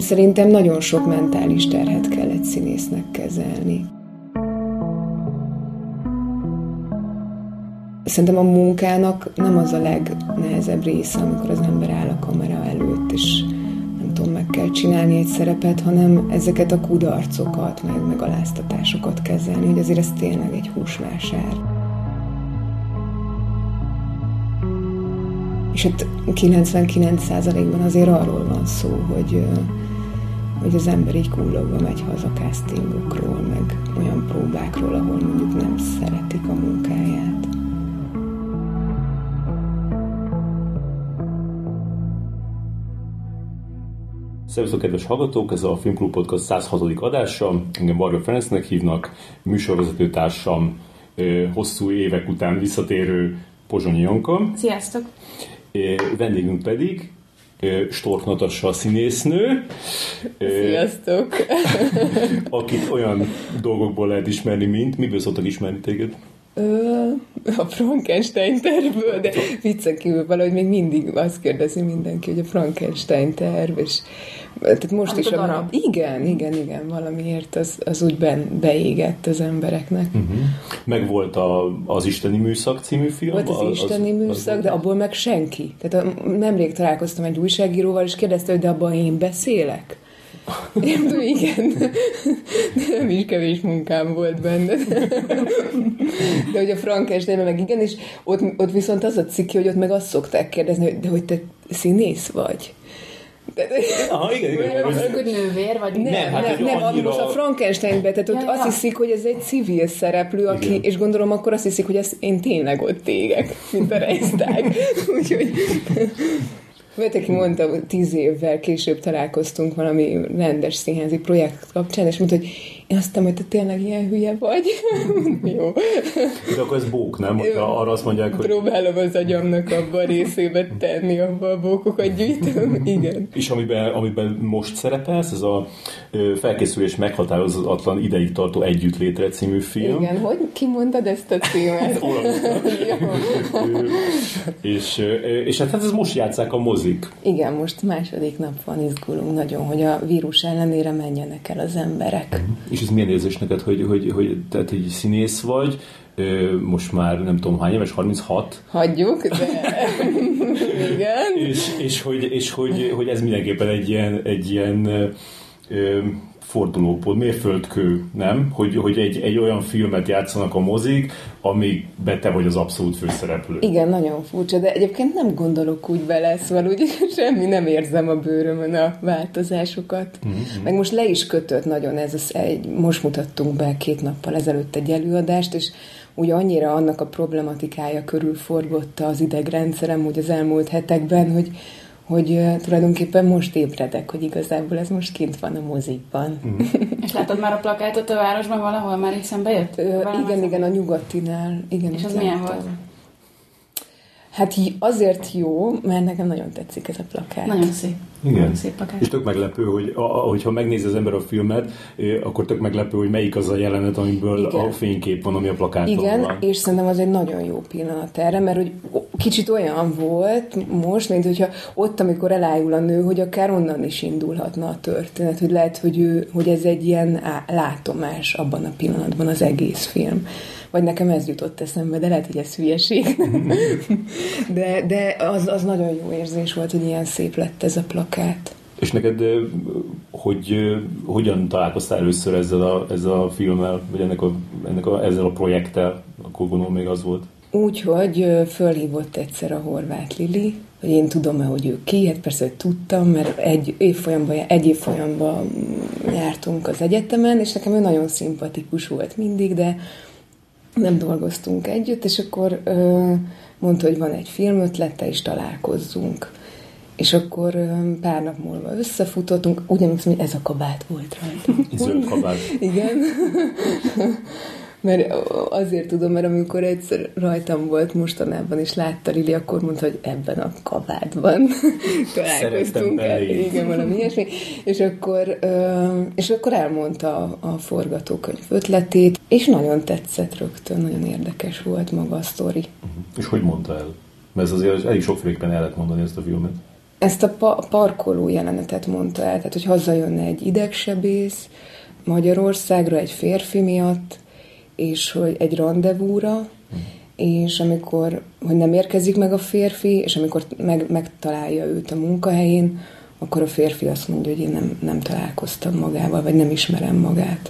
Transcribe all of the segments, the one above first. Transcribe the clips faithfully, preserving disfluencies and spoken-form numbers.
Szerintem nagyon sok mentális terhet kell egy színésznek kezelni. Szerintem a munkának nem az a legnehezebb része, amikor az ember áll a kamera előtt, és nem tudom, meg kell csinálni egy szerepet, hanem ezeket a kudarcokat, meg megaláztatásokat kezelni, hogy azért ez tényleg egy húsvásár. És hát kilencvenkilenc százalékban azért arról van szó, hogy, hogy az ember így kullogva megy haza castingokról, meg olyan próbákról, ahol mondjuk nem szeretik a munkáját. Szervusztok, kedves hallgatók! Ez a Filmklub Podcast száz hatodik adása. Engem Varga Ferencnek hívnak, műsorvezető társam, hosszú évek után visszatérő Pozsonyi Janka. Sziasztok! Vendégünk pedig Stork Natasha színésznő. Sziasztok! Akit olyan dolgokból lehet ismerni, mint... Miből szoktak ismerni téged? A Frankenstein tervből, de viccen kívül valahogy még mindig azt kérdezi mindenki, hogy a Frankenstein terv, és tehát most Amit is a darab. Igen, igen, igen, valamiért az, az úgy ben, beégett az embereknek. Uh-huh. Meg volt a, az Isteni Műszak című film? Volt az, az Isteni az, Műszak, az de abból meg senki. Tehát a, nemrég találkoztam egy újságíróval, és kérdezte, hogy de abban én beszélek? Én tudom, igen. De nem is kevés munkám volt benne. De hogy a Frankensteinben meg igen, és ott, ott viszont az a cikki, hogy ott meg azt szokták kérdezni, hogy de hogy te színész vagy? De, Aha, igen, igen. Hogy nővér, vagy nem, nem, hát, nem, nem annyira... most a Frankensteinben, tehát ott ja, azt ja. hiszik, hogy ez egy civil szereplő, aki, igen. és gondolom akkor azt hiszik, hogy ezt én tényleg ott égek, mint a Reichstag. Úgyhogy... Volt, aki mondta, hogy tíz évvel később találkoztunk valami rendes színházi projekt kapcsán, és mondta, hogy én azt hiszem, hogy te tényleg ilyen hülye vagy. Jó. De akkor ez bók, nem? Arra azt mondják, hogy... Próbálom az agyamnak abba a részébe tenni, abba a bókokat gyűjtöm. Igen. És amiben, amiben most szerepelsz, ez a felkészülés meghatározatlan ideig tartó Együttlétre című film. Igen, hogy ki mondtad ezt a címet? és, és hát ez most játsszák a mozik. Igen, most második nap van, izgulunk nagyon, hogy a vírus ellenére menjenek el az emberek. Uh-huh. És ez milyen érzés neked, hogy, hogy, hogy tehát egy színész vagy, most már nem tudom hány éves, harminchat? Hagyjuk, de igen. és és, hogy, és hogy, hogy ez mindenképpen egy ilyen, egy ilyen ö, fordulópont, mérföldkő, nem? Hogy, hogy egy, egy olyan filmet játszanak a mozik, amikben te vagy az abszolút főszereplő. Igen, nagyon furcsa, de egyébként nem gondolok úgy vele, szóval úgy semmi nem érzem a bőrömön a változásokat. Mm-hmm. Meg most le is kötött nagyon ez az egy, most mutattunk be két nappal ezelőtt egy előadást, és úgy annyira annak a problematikája körül forgotta az idegrendszerem úgy az elmúlt hetekben, hogy hogy uh, tulajdonképpen most ébredek, hogy igazából ez most kint van a mozikban. Mm. És látod már a plakátot a városban valahol? Már így szembe jött? Uh, igen, igen, a Nyugatinál. Igen, és az milyen volt? Hát azért jó, mert nekem nagyon tetszik ez a plakát. Nagyon szép. Igen. Nagyon szép plakát. És tök meglepő, hogy a, hogyha megnézi az ember a filmet, akkor tök meglepő, hogy melyik az a jelenet, amiből igen. a fénykép van, ami a plakáton igen, van. És szerintem az egy nagyon jó pillanat erre, mert hogy kicsit olyan volt most, mint hogyha ott, amikor elájul a nő, hogy akár onnan is indulhatna a történet, hogy lehet, hogy, ő, hogy ez egy ilyen látomás abban a pillanatban az egész film. Vagy nekem ez jutott eszembe, de lehet, hogy ez hülyeség. de de az, az nagyon jó érzés volt, hogy ilyen szép lett ez a plakát. És neked hogy, hogyan találkoztál először ezzel a, ezzel a filmmel, vagy ennek a, ennek a, ezzel a projekttel? Akkor gondolom még az volt. Úgy, hogy fölhívott egyszer a Horváth Lili, hogy én tudom-e, hogy ő ki, hát persze, hogy tudtam, mert egy évfolyamban, egy évfolyamban jártunk az egyetemen, és nekem ő nagyon szimpatikus volt mindig, de nem dolgoztunk együtt, és akkor ö, mondta, hogy van egy filmötlete, és találkozzunk. És akkor ö, pár nap múlva összefutottunk, ugyanúgy, hogy ez a kabát volt rajta. Zöld kabát. Igen. Mert azért tudom, mert amikor egyszer rajtam volt mostanában, és látta Lili, akkor mondta, hogy ebben a kabátban találkoztunk el. Igen, valami ilyesmi. És akkor, és akkor elmondta a, a forgatókönyv ötletét, és nagyon tetszett rögtön, nagyon érdekes volt maga a sztori. Uh-huh. És hogy mondta el? Mert ez azért elég sokféleképpen el lehet mondani ezt a filmet. Ezt a pa- parkoló jelenetet mondta el, tehát hogy hazajönne egy idegsebész Magyarországra egy férfi miatt, és hogy egy randevúra, és amikor, hogy nem érkezik meg a férfi, és amikor meg, megtalálja őt a munkahelyén, akkor a férfi azt mondja, hogy én nem, nem találkoztam magával, vagy nem ismerem magát.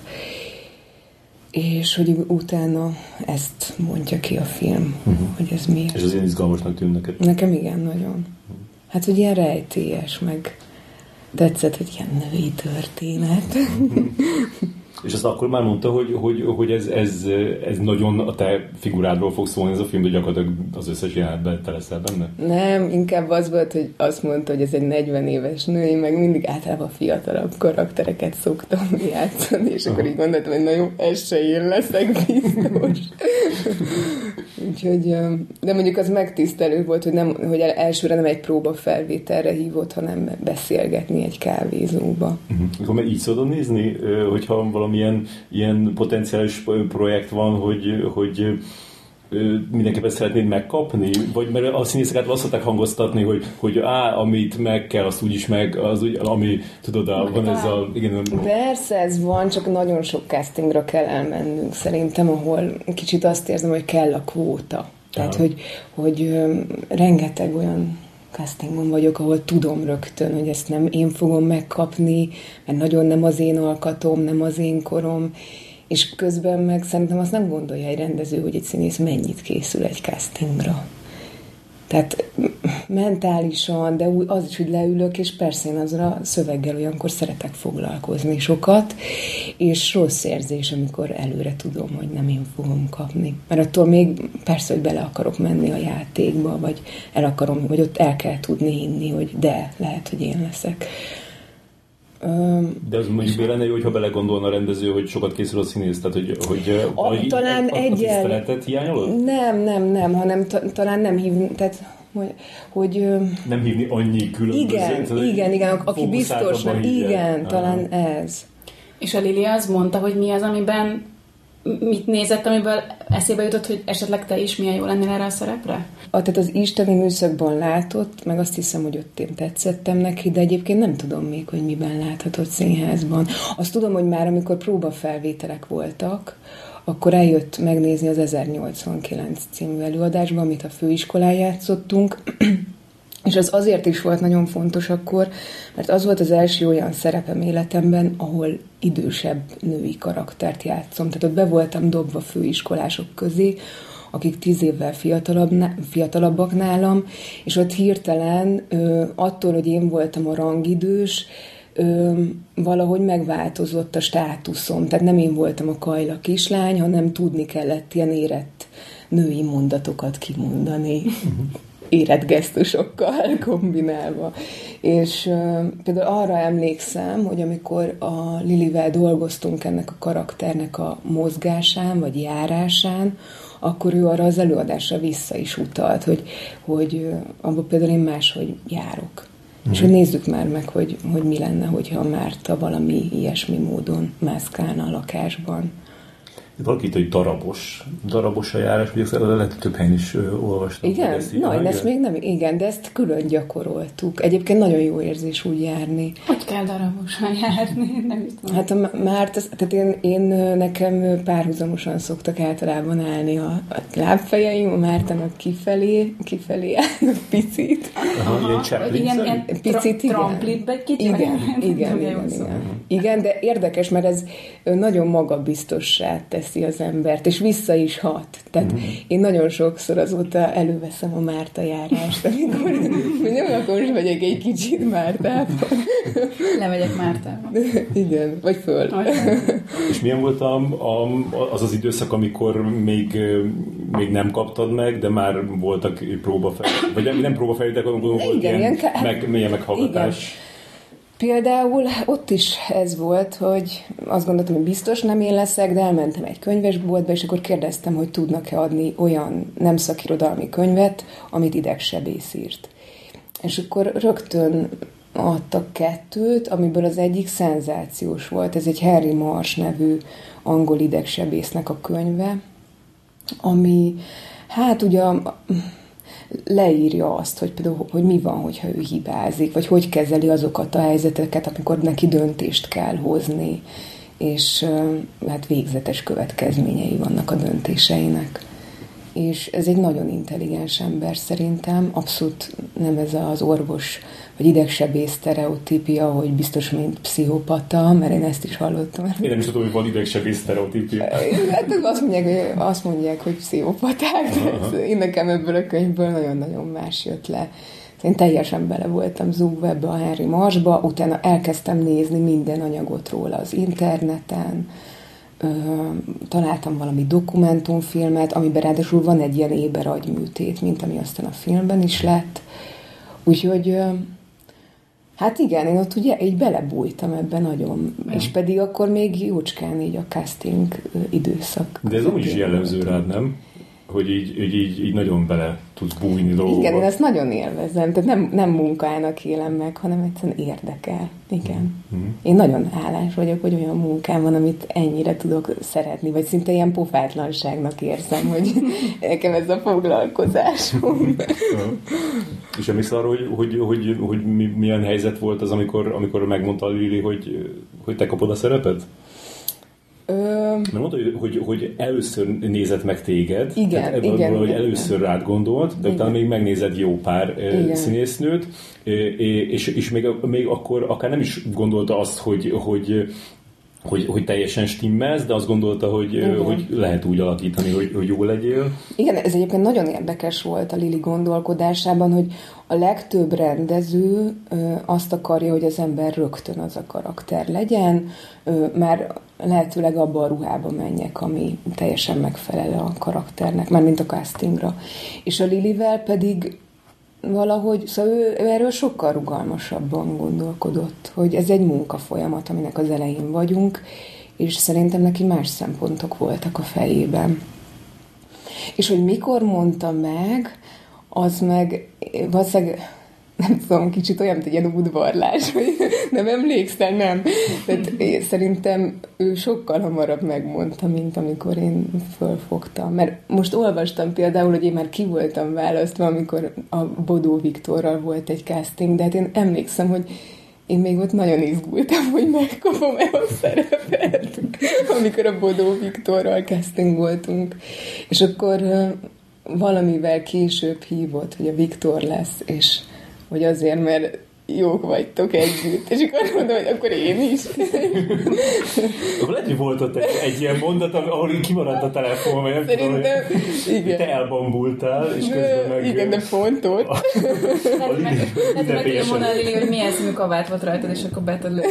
És hogy utána ezt mondja ki a film, uh-huh. hogy ez mi. És az ilyen izgalmasnak tűn neked? Nekem igen, nagyon. Hát, hogy ilyen rejtélyes, meg tetszett, hogy ilyen női történet. És azt akkor már mondta, hogy, hogy, hogy ez, ez, ez nagyon a te figurádról fog szólni ez a film, de gyakorlatilag az összes jelenetben te leszel benne? Nem, inkább az volt, hogy azt mondta, hogy ez egy negyven éves nő, én meg mindig általában fiatalabb karaktereket szoktam játszani, és akkor így gondoltam, hogy na jó, ez se én leszek biztos. Úgyhogy, de mondjuk az megtisztelő volt, hogy, nem, hogy elsőre nem egy próbafelvételre hívott, hanem beszélgetni egy kávézóba. Uh-huh. Akkor már így szokod nézni, hogyha valamilyen ilyen potenciális projekt van, hogy, hogy mindenképpen szeretnéd megkapni? Vagy mert a színészeket azt szokták hangoztatni, hogy, hogy á, amit meg kell, azt úgyis meg, az úgy, ami, tudod, van ez a... Igen, persze ez van, csak nagyon sok castingra kell elmennünk szerintem, ahol kicsit azt érzem, hogy kell a kvóta. Tehát, hogy, hogy um, rengeteg olyan castingon vagyok, ahol tudom rögtön, hogy ezt nem én fogom megkapni, mert nagyon nem az én alkatom, nem az én korom, és közben meg szerintem azt nem gondolja egy rendező, hogy egy színész mennyit készül egy castingra. Tehát mentálisan, de úgy, az is, hogy leülök, és persze én azra a szöveggel olyankor szeretek foglalkozni sokat, és rossz érzés, amikor előre tudom, hogy nem én fogom kapni. Mert attól még persze, hogy bele akarok menni a játékba, vagy el akarom, vagy ott el kell tudni hinni, hogy de, lehet, hogy én leszek. De az mondjuk lenne jó, hogyha belegondolna a rendező, hogy sokat készül a színész, tehát hogy, hogy a, a, talán a, a tiszteletet hiányolod? Nem, nem, nem, hanem ta, talán nem hívni, tehát hogy, hogy nem hívni annyi különböző. Igen, tehát, igen, igen, aki biztos nem, igen, Aha. talán ez. És a Lili az mondta, hogy mi az, amiben mit nézett, amiből eszébe jutott, hogy esetleg te is milyen jó lennél erre a szerepre? A, tehát az isteni műszakban látott, meg azt hiszem, hogy ott én tetszettem neki, de egyébként nem tudom még, hogy miben láthatott színházban. Azt tudom, hogy már amikor próbafelvételek voltak, akkor eljött megnézni az ezernyolcvankilenc című előadásban, amit a főiskolán játszottunk, és az azért is volt nagyon fontos akkor, mert az volt az első olyan szerepem életemben, ahol idősebb női karaktert játszom. Tehát ott be voltam dobva főiskolások közé, akik tíz évvel fiatalabb, fiatalabbak nálam, és ott hirtelen attól, hogy én voltam a rangidős, valahogy megváltozott a státuszom. Tehát nem én voltam a kajla kislány, hanem tudni kellett ilyen érett női mondatokat kimondani. Érett gesztusokkal kombinálva. És uh, például arra emlékszem, hogy amikor a Lilivel dolgoztunk ennek a karakternek a mozgásán, vagy járásán, akkor ő arra az előadásra vissza is utalt, hogy, hogy uh, abban például én máshogy járok. Mm. És hogy nézzük már meg, hogy, hogy mi lenne, hogyha Márta valami ilyesmi módon mászkálna a lakásban. Valaki itt, hogy darabos. Darabos a járás, hogy ezt lehet több helyen is ö, olvastam. Igen? Ezt Na, de ezt még nem, igen, de ezt külön gyakoroltuk. Egyébként nagyon jó érzés úgy járni. Hogy kell darabosan járni? Nem is tudom. Hát a Márt, tehát én, én nekem párhuzamosan szoktak általában állni a, a lábfejeim, a Mártának kifelé, kifelé állnak picit. Aha, ilyen cseplin, ilyen picit, igen. Tramplitbe egy kicsit? Igen, igen, igen, igen, igen. Igen, de érdekes, mert ez nagyon magabiztossá teszi az embert, és vissza is hat. Tehát mm-hmm. én nagyon sokszor azóta előveszem a Márta járást, amikor nem akkor is megyek egy kicsit Mártában. Lemegyek Mártában. Igen, vagy föl. És milyen volt a, a, az az időszak, amikor még, még nem kaptad meg, de már voltak próbafelvételek, vagy nem próbafelvételek, hanem volt igen, ilyen, ilyen meg, milyen meghallgatás. Igen. Például ott is ez volt, hogy azt gondoltam, hogy biztos nem én leszek, de elmentem egy könyvesboltba, és akkor kérdeztem, hogy tudnak-e adni olyan nem szakirodalmi könyvet, amit idegsebész írt. És akkor rögtön adtak kettőt, amiből az egyik szenzációs volt. Ez egy Henry Marsh nevű angol idegsebésznek a könyve, ami hát ugye leírja azt, hogy például, hogy mi van, hogyha ő hibázik, vagy hogy kezeli azokat a helyzeteket, amikor neki döntést kell hozni, és hát végzetes következményei vannak a döntéseinek. És ez egy nagyon intelligens ember szerintem, abszolút nem ez az orvos vagy idegsebész sztereotípia, hogy biztos, mint pszichopata, mert én ezt is hallottam. Én nem is tudom, hogy van idegsebész sztereotípia. Hát azt mondják, azt mondják, hogy pszichopaták, de én nekem ebből a könyvből nagyon-nagyon más jött le. Én teljesen bele voltam zúgva ebbe a Henry Marsba, utána elkezdtem nézni minden anyagot róla az interneten, Ö, találtam valami dokumentumfilmet, amiben ráadásul van egy ilyen éberagyműtét, mint ami aztán a filmben is lett. Úgyhogy ö, hát igen, én ott ugye így belebújtam ebben nagyon, mm. és pedig akkor még jócskán így a casting időszak. De ez úgy is jellemző rád, nem? Hogy így, így, így, így nagyon bele tudsz bújni dolgokba. Igen, én ezt nagyon élvezem. Tehát nem, nem munkának élem meg, hanem egyszerűen érdekel. Igen. Mm-hmm. Én nagyon hálás vagyok, hogy olyan munkám van, amit ennyire tudok szeretni, vagy szinte ilyen pofátlanságnak érzem, hogy nekem ez a foglalkozásom. És emlékszel arra, hogy, hogy, hogy, hogy milyen helyzet volt az, amikor, amikor megmondta Lili, hogy, hogy te kapod a szerepet? Ö... Mert mondta, hogy, hogy, hogy először nézett meg téged, igen, tehát igen, valahogy igen, először rád gondolt, de igen. utána még megnézed jó pár igen. színésznőt, és, és még, még akkor akár nem is gondolta azt, hogy, hogy, hogy, hogy teljesen stimmelsz, de azt gondolta, hogy, hogy lehet úgy alakítani, hogy, hogy jó legyél. Igen, ez egyébként nagyon érdekes volt a Lili gondolkodásában, hogy a legtöbb rendező azt akarja, hogy az ember rögtön az a karakter legyen, már lehetőleg abba a ruhába menjek, ami teljesen megfelel a karakternek, mármint a castingra. És a Lilivel pedig valahogy, szóval ő, ő erről sokkal rugalmasabban gondolkodott, hogy ez egy munkafolyamat, aminek az elején vagyunk, és szerintem neki más szempontok voltak a fejében. És hogy mikor mondta meg, az meg valószínűleg, nem tudom, kicsit olyan, mint egy ilyen udvarlás, hogy nem emlékszel, nem. Tehát én, szerintem ő sokkal hamarabb megmondta, mint amikor én fölfogtam. Mert most olvastam például, hogy én már ki voltam választva, amikor a Bodó Viktorral volt egy casting, de hát én emlékszem, hogy én még ott nagyon izgultam, hogy megkapom-e a szerepet, amikor a Bodó Viktorral casting voltunk. És akkor valamivel később hívott, hogy a Viktor lesz, és hogy azért, mert jók vagytok együtt, és akkor mondom, hogy akkor én is. Lehet, hogy volt ott egy, egy ilyen mondat, ahol kimaradt a telefon, vagy nem Szerintem, tudom, igen. Te elbambultál, és közben meg... Igen, de pont ott. Hát meg tudja mondani, hogy milyen színű kabát volt rajtad, és akkor be tudod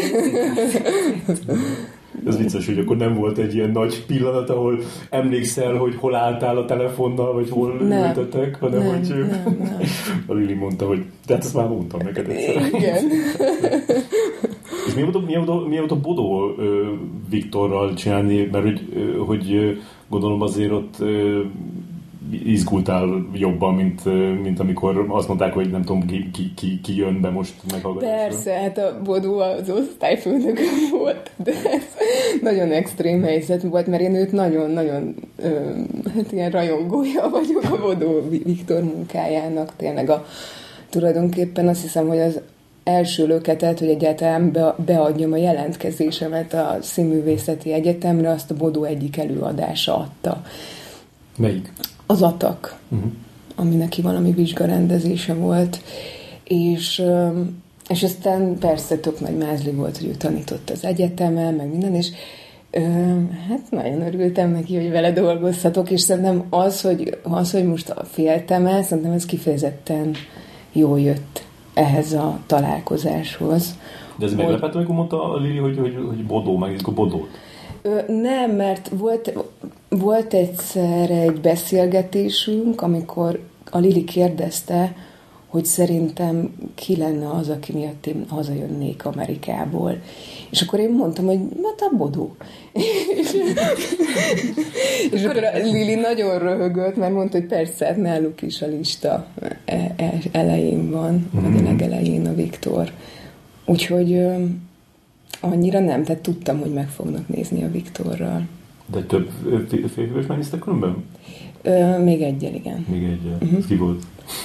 Ez vicces, hogy akkor nem volt egy ilyen nagy pillanat, ahol emlékszel, hogy hol álltál a telefonnal, vagy hol ültetek, hanem nem, hogy nem, nem. a Lili mondta, hogy de hát ezt már mondtam neked egyszer. Igen. És milyen volt, milyen volt, milyen volt a Bodó ö, Viktorral csinálni, mert hogy, ö, hogy ö, gondolom azért ott ö, izgultál jobban, mint, mint amikor azt mondták, hogy nem tudom, ki, ki, ki, ki jön be most meghallgatásra. Persze, hát a Bodó az osztályfőnökön volt, de ez nagyon extrém helyzet volt, mert én őt nagyon-nagyon hát ilyen rajongója vagyok a Bodó Viktor munkájának. Tényleg a, tulajdonképpen azt hiszem, hogy az első löketet, hogy egyáltalán be, beadjam a jelentkezésemet a Színművészeti Egyetemre, azt a Bodó egyik előadása adta. Melyik? Az Atak, uh-huh. ami neki valami vizsgarendezése volt, és, és aztán persze tök nagy mázli volt, hogy ő tanított az egyetemen, meg minden, és hát nagyon örültem neki, hogy vele dolgozhatok, és szerintem az, hogy, az, hogy most féltem el, szerintem ez kifejezetten jól jött ehhez a találkozáshoz. De ez meglepett, amikor mondta a Lili, hogy, hogy, hogy Bodó, megizgó Bodót? Nem, mert volt, volt egyszer egy beszélgetésünk, amikor a Lili kérdezte, hogy szerintem ki lenne az, aki miatt én hazajönnék Amerikából. És akkor én mondtam, hogy hát a Bodó. és, és akkor a Lili nagyon röhögött, mert mondta, hogy persze, hát náluk is a lista elején van, vagy a legelején a Viktor. Úgyhogy annyira nem, tehát tudtam, hogy meg fognak nézni a Viktorral. De több férfival is megnéztek különben? Még egyel, igen. Még egyel. Uh-huh. Ez ki volt?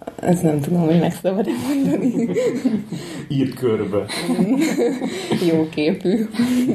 Ezt nem tudom, hogy meg szabad-e mondani. Írt körbe. Jó képű.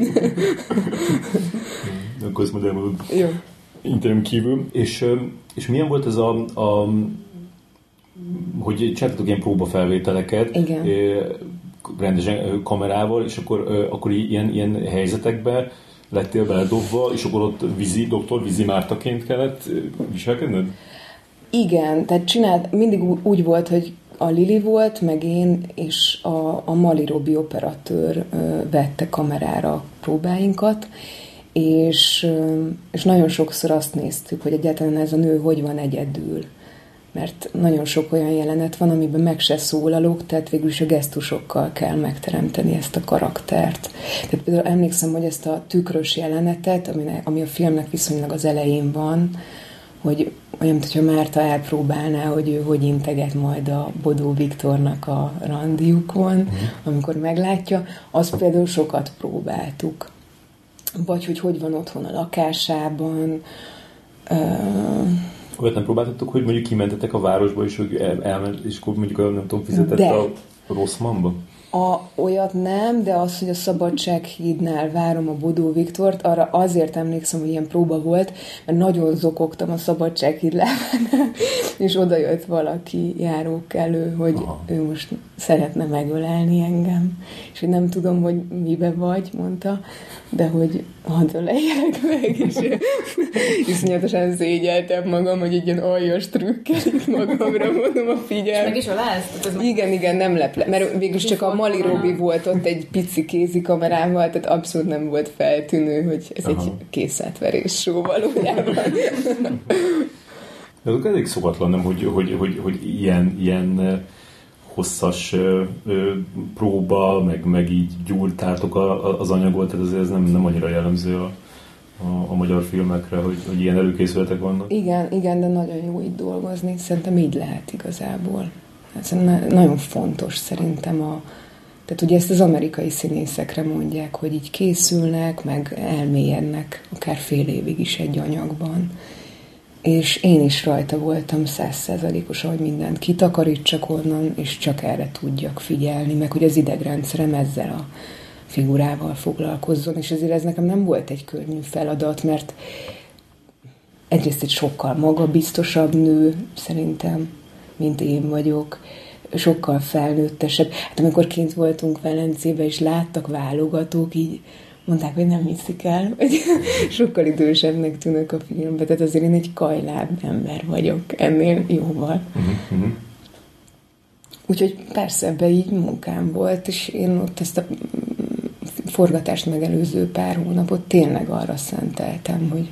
Akkor ezt majd elmondod. Jó. Interjún kívül. És, és milyen volt ez a, a hogy csináltatok ilyen próbafelvételeket, igen. rendesen kamerával, és akkor, akkor ilyen, ilyen helyzetekbe lettél beledobva, és akkor ott vízi, doktor Vízi Mártaként kellett viselkedned? Igen, tehát csinált, mindig úgy volt, hogy a Lili volt, meg én, és a, a Mali Robi operatőr vette kamerára próbáinkat, és, és nagyon sokszor azt néztük, hogy egyáltalán ez a nő hogy van egyedül. Mert nagyon sok olyan jelenet van, amiben meg se szólalok, tehát végül is a gesztusokkal kell megteremteni ezt a karaktert. Tehát például emlékszem, hogy ezt a tükrös jelenetet, ami, ami a filmnek viszonylag az elején van, hogy olyan, mintha Márta elpróbálná, hogy ő hogy integet majd a Bodó Viktornak a randiukon, mm. amikor meglátja, azt például sokat próbáltuk. Vagy hogy hogy van otthon a lakásában. Uh, Olyat nem próbáltattuk, hogy mondjuk kimentetek a városba, és hogy el, elment, és akkor mondjuk nem tudom, fizetett de. a Rosszmanba? A, olyat nem, de az, hogy a Szabadsághídnál várom a Bodó Viktort, arra azért emlékszem, hogy ilyen próba volt, mert nagyon zokogtam a Szabadsághíd lábánál, és oda jött valaki járók elő, hogy aha. ő most szeretne megölelni engem. És hogy nem tudom, hogy mibe vagy, mondta, de hogy hadd öleljelek meg, és iszonyatosan szégyeltem magam, hogy egy ilyen aljas trükkel itt magamra mondom a figyelmet. És meg is ölelsz? Igen, igen, nem leple, mert végülis csak a Mali Robi volt ott egy pici kézikamerával, tehát abszolút nem volt feltűnő, hogy ez aha. egy készletverés show valójában. Ez elég szokatlan, nem, hogy, hogy, hogy, hogy ilyen, ilyen hosszas ö, ö, próba, meg, meg így gyúrtátok a, a, az anyagot, tehát azért ez nem, nem annyira jellemző a, a, a magyar filmekre, hogy, hogy ilyen előkészületek vannak. Igen, igen, de nagyon jó itt dolgozni. Szerintem így lehet igazából. Ez nagyon fontos szerintem a... Tehát ugye ezt az amerikai színészekre mondják, hogy így készülnek, meg elmélyednek akár fél évig is egy anyagban. És én is rajta voltam száz százalékosan, hogy mindent kitakarítsak onnan, és csak erre tudjak figyelni, meg hogy az idegrendszerem ezzel a figurával foglalkozzon, és ezért ez nekem nem volt egy könnyű feladat, mert egyrészt egy sokkal magabiztosabb nő, szerintem, mint én vagyok, sokkal felnőttesebb. Hát amikor kint voltunk Velencében, és láttak válogatók, így mondták, hogy nem hiszik el, hogy sokkal idősebbnek tűnök a filmbe, tehát azért én egy kajláb ember vagyok ennél jóval. Uh-huh. Úgyhogy persze ebbe így munkám volt, és én ott ezt a forgatást megelőző pár hónapot tényleg arra szenteltem, hogy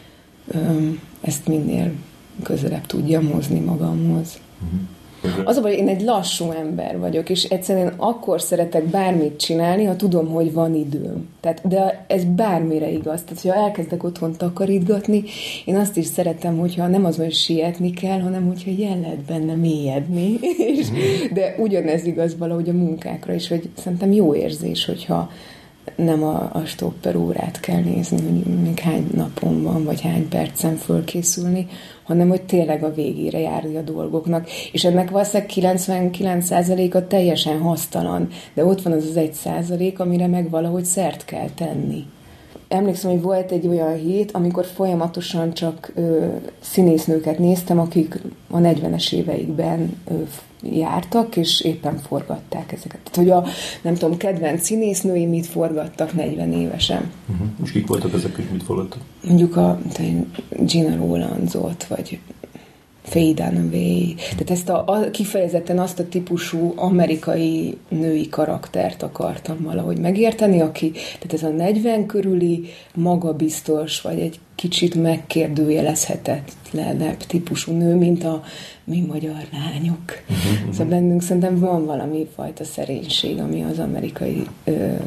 öm, ezt minél közelebb tudjam hozni magamhoz. Uh-huh. Az a baj, én egy lassú ember vagyok, és egyszerűen akkor szeretek bármit csinálni, ha tudom, hogy van időm. Tehát, de ez bármire igaz. Tehát, ha elkezdek otthon takarítgatni, én azt is szeretem, hogyha nem az, hogy sietni kell, hanem hogyha ilyen lehet benne mélyedni. És, de ugyanez igaz valahogy a munkákra is, hogy szerintem jó érzés, hogyha nem a, a stopper órát kell nézni, hogy még hány napon van, vagy hány percen fölkészülni, hanem hogy tényleg a végére járni a dolgoknak. És ennek valószínűleg kilencvenkilenc százaléka teljesen hasztalan, de ott van az az egy százalék, amire meg valahogy szert kell tenni. Emlékszem, hogy volt egy olyan hét, amikor folyamatosan csak ö, színésznőket néztem, akik a negyvenes éveikben ö, jártak, és éppen forgatták ezeket. Tehát, hogy a, nem tudom, kedvenc színésznői mit forgattak negyven évesen. Uh-huh. Most kik voltak ezek, hogy mit forgattak? Mondjuk a Gina Rowlandsot, vagy Faye Dunaway. Tehát ezt a, a, kifejezetten azt a típusú amerikai női karaktert akartam valahogy megérteni, aki, tehát ez a negyven körüli, magabiztos, vagy egy kicsit megkérdőjelezhetetlenebb típusú nő, mint a mi magyar lányok. Uh-huh. Szóval bennünk szerintem van valami fajta szerénység, ami az amerikai ö,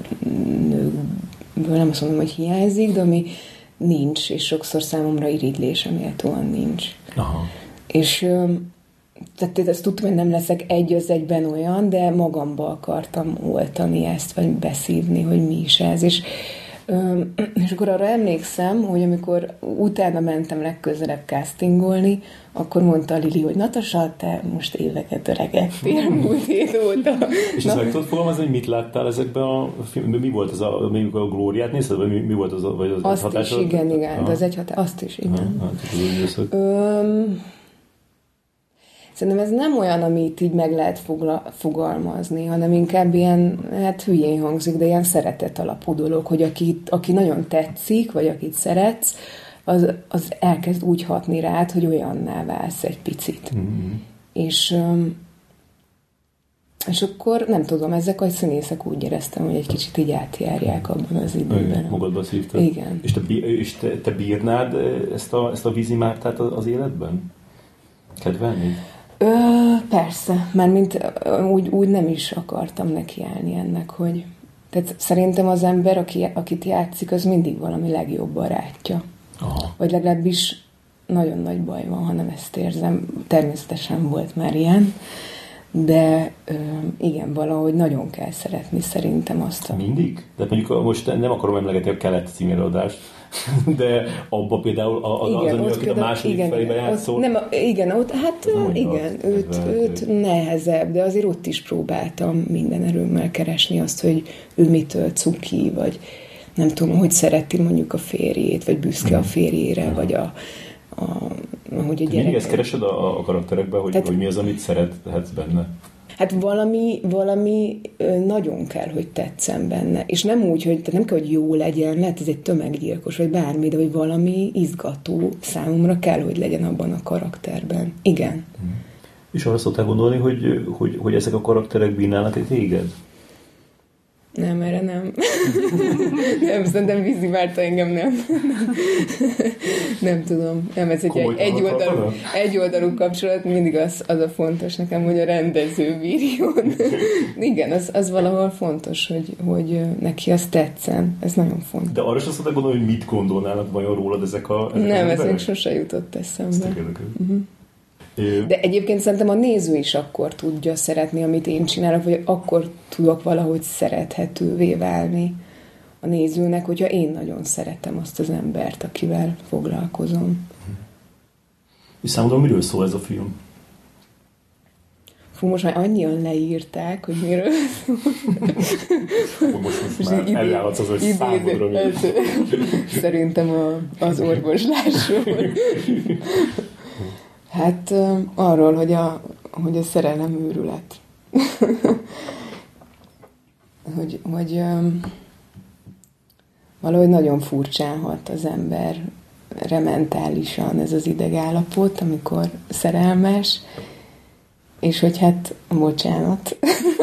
nőkből, nem azt mondom, hogy hiányzik, de ami nincs, és sokszor számomra irigylésre méltóan nincs. Aha. És tehát ezt tudtam, hogy nem leszek egy az egyben olyan, de magamba akartam oltani ezt, vagy beszívni, hogy mi is ez. És Öm, és akkor arra emlékszem, hogy amikor utána mentem legközelebb castingolni, akkor mondta Lili, hogy Natasa, te most éveket öregedtél múlt hét óta. És ezt meg tudod fogalmazni, hogy mit láttál ezekben a filmben? Mi volt az a, mondjuk a Glóriát nézted, vagy mi, mi volt az a, vagy az azt hatásod? is, igen, igen, de az egy hatás, azt is, igen. Ah, hát, Öm, szerintem ez nem olyan, amit így meg lehet fogla, fogalmazni, hanem inkább ilyen, hát hülyén hangzik, de ilyen szeretet alapú dolog, hogy aki, aki nagyon tetszik, vagy akit szeretsz, az, az elkezd úgy hatni rád, hogy olyanná válsz egy picit. Mm-hmm. És, és akkor nem tudom, ezek a színészek úgy éreztem, hogy egy kicsit így átjárják abban az időben. Magadba szívtad. Igen. És te, és te, te bírnád ezt a, ezt a Vízi Mártát az életben? Kedvelni? Ö, persze, mármint úgy, úgy nem is akartam nekiállni ennek, hogy tehát szerintem az ember, aki, akit játszik, az mindig valami legjobb barátja. Aha. Vagy legalábbis nagyon nagy baj van, ha nem ezt érzem. Természetesen volt már ilyen, de ö, igen, valahogy nagyon kell szeretni szerintem azt a... Mindig? De mondjuk most nem akarom emlegetni a Kelet című előadást, de abban például az, igen, az, az a második igen, felébe játszol. Nem, igen, ott, hát igen, őt, őt nehezebb, de azért ott is próbáltam minden erőmmel keresni azt, hogy ő mitől cuki, vagy nem tudom, hogy szereti mondjuk a férjét, vagy büszke a férjére, vagy a, a, hogy a gyerek. Mindig ezt keresed a, a karakterekben, hogy, Tehát, hogy mi az, amit szerethetsz benne? Hát valami, valami nagyon kell, hogy tetszen benne. És nem úgy, hogy tehát nem kell, hogy jó legyen, lehet ez egy tömeggyilkos, vagy bármi, de hogy valami izgató számomra kell, hogy legyen abban a karakterben. Igen. Hmm. És arra szoktál gondolni, hogy, hogy, hogy ezek a karakterek bírnának egy téged? Nem, erre nem. nem, szerintem Vízi Márta engem nem. nem tudom. Nem, ez egy egy oldalú, egy oldalú kapcsolat, mindig az, az a fontos nekem, hogy a rendező bírjon. Igen, az, az valahol fontos, hogy, hogy neki az tetszen. Ez nagyon fontos. De arra sem szokták gondolni, hogy mit gondolnának vajon rólad ezek a ezek Nem, ez még sose jutott eszembe. Uh-huh. De egyébként szerintem a néző is akkor tudja szeretni, amit én csinálok, vagy akkor tudok valahogy szerethetővé válni a nézőnek, hogyha én nagyon szeretem azt az embert, akivel foglalkozom. És számodra miről szól ez a film? Fú, most már annyian leírták, hogy miről szól. Most, most már eljárhatsz az, hogy számodra miről. Szerintem a, az orvoslásról. Hát uh, arról, hogy a, hogy a szerelem őrület. hogy hogy um, valahogy nagyon furcsán hat az emberre mentálisan ez az idegállapot, amikor szerelmes, és hogy hát, bocsánat,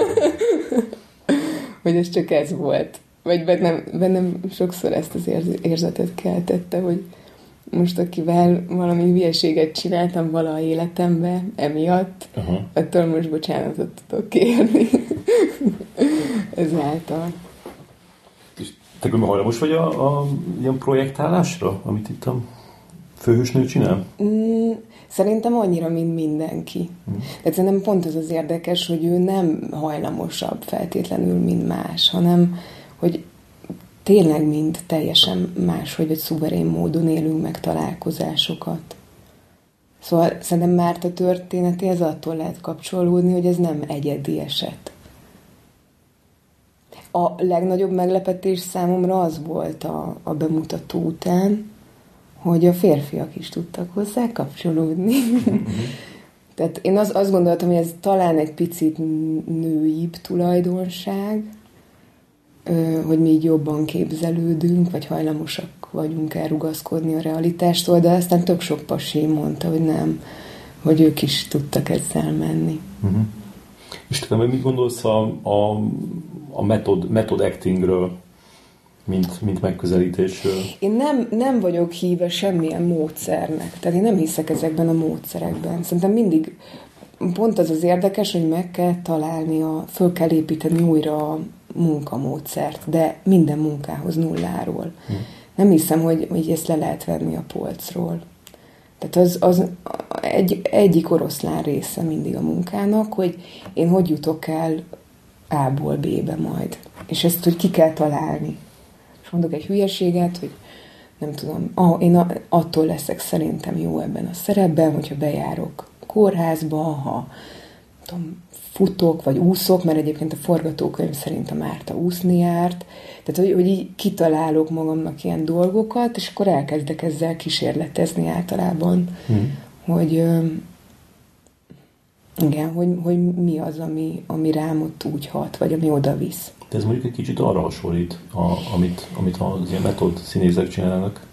hogy ez csak ez volt. Vagy bennem, bennem sokszor ezt az érzetet keltette, hogy most akivel valami hülyeséget csináltam valaha életemben, emiatt, uh-huh. attól most bocsánatot tudok kérni. Ezáltal. És te különben hajlamos vagy a, a ilyen projektálásra, amit itt a főhősnő csinál? Mm, szerintem annyira, mint mindenki. Mm. Tehát szerintem pont az az érdekes, hogy ő nem hajlamosabb feltétlenül, mint más, hanem, hogy tényleg mind teljesen más, hogy egy szuverén módon élünk meg találkozásokat. Szóval szerintem Márta történetéhez attól lehet kapcsolódni, hogy ez nem egyedi eset. A legnagyobb meglepetés számomra az volt a, a bemutató után, hogy a férfiak is tudtak hozzá kapcsolódni. Tehát én az, azt gondoltam, hogy ez talán egy picit nőibb tulajdonság, hogy mi így jobban képzelődünk, vagy hajlamosak vagyunk elrugaszkodni a realitástól, de aztán tök sok pasi mondta, hogy nem, hogy ők is tudtak ezzel menni. Uh-huh. És te mit gondolsz a, a, a method, method actingről, mint, mint megközelítésről? Én nem, nem vagyok híve semmilyen módszernek, tehát én nem hiszek ezekben a módszerekben. Szerintem mindig pont az az érdekes, hogy meg kell találni, a, föl kell építeni újra a munkamódszert, de minden munkához nulláról. Hmm. Nem hiszem, hogy, hogy ezt le lehet venni a polcról. Tehát az, az egy, egyik oroszlán része mindig a munkának, hogy én hogy jutok el A-ból B-be majd. És ezt hogy ki kell találni. És mondok egy hülyeséget, hogy nem tudom, ah, én attól leszek szerintem jó ebben a szerepben, hogyha bejárok kórházba, ha tudom, futok, vagy úszok, mert egyébként a forgatókönyv szerint a Márta úszni járt. Tehát, hogy, hogy így kitalálok magamnak ilyen dolgokat, és akkor elkezdek ezzel kísérletezni általában, hmm. hogy igen, hogy, hogy mi az, ami, ami rám ott úgy hat, vagy ami oda visz. De ez mondjuk egy kicsit arra hasonlít, a, amit, amit az ilyen metód színészek csinálnak.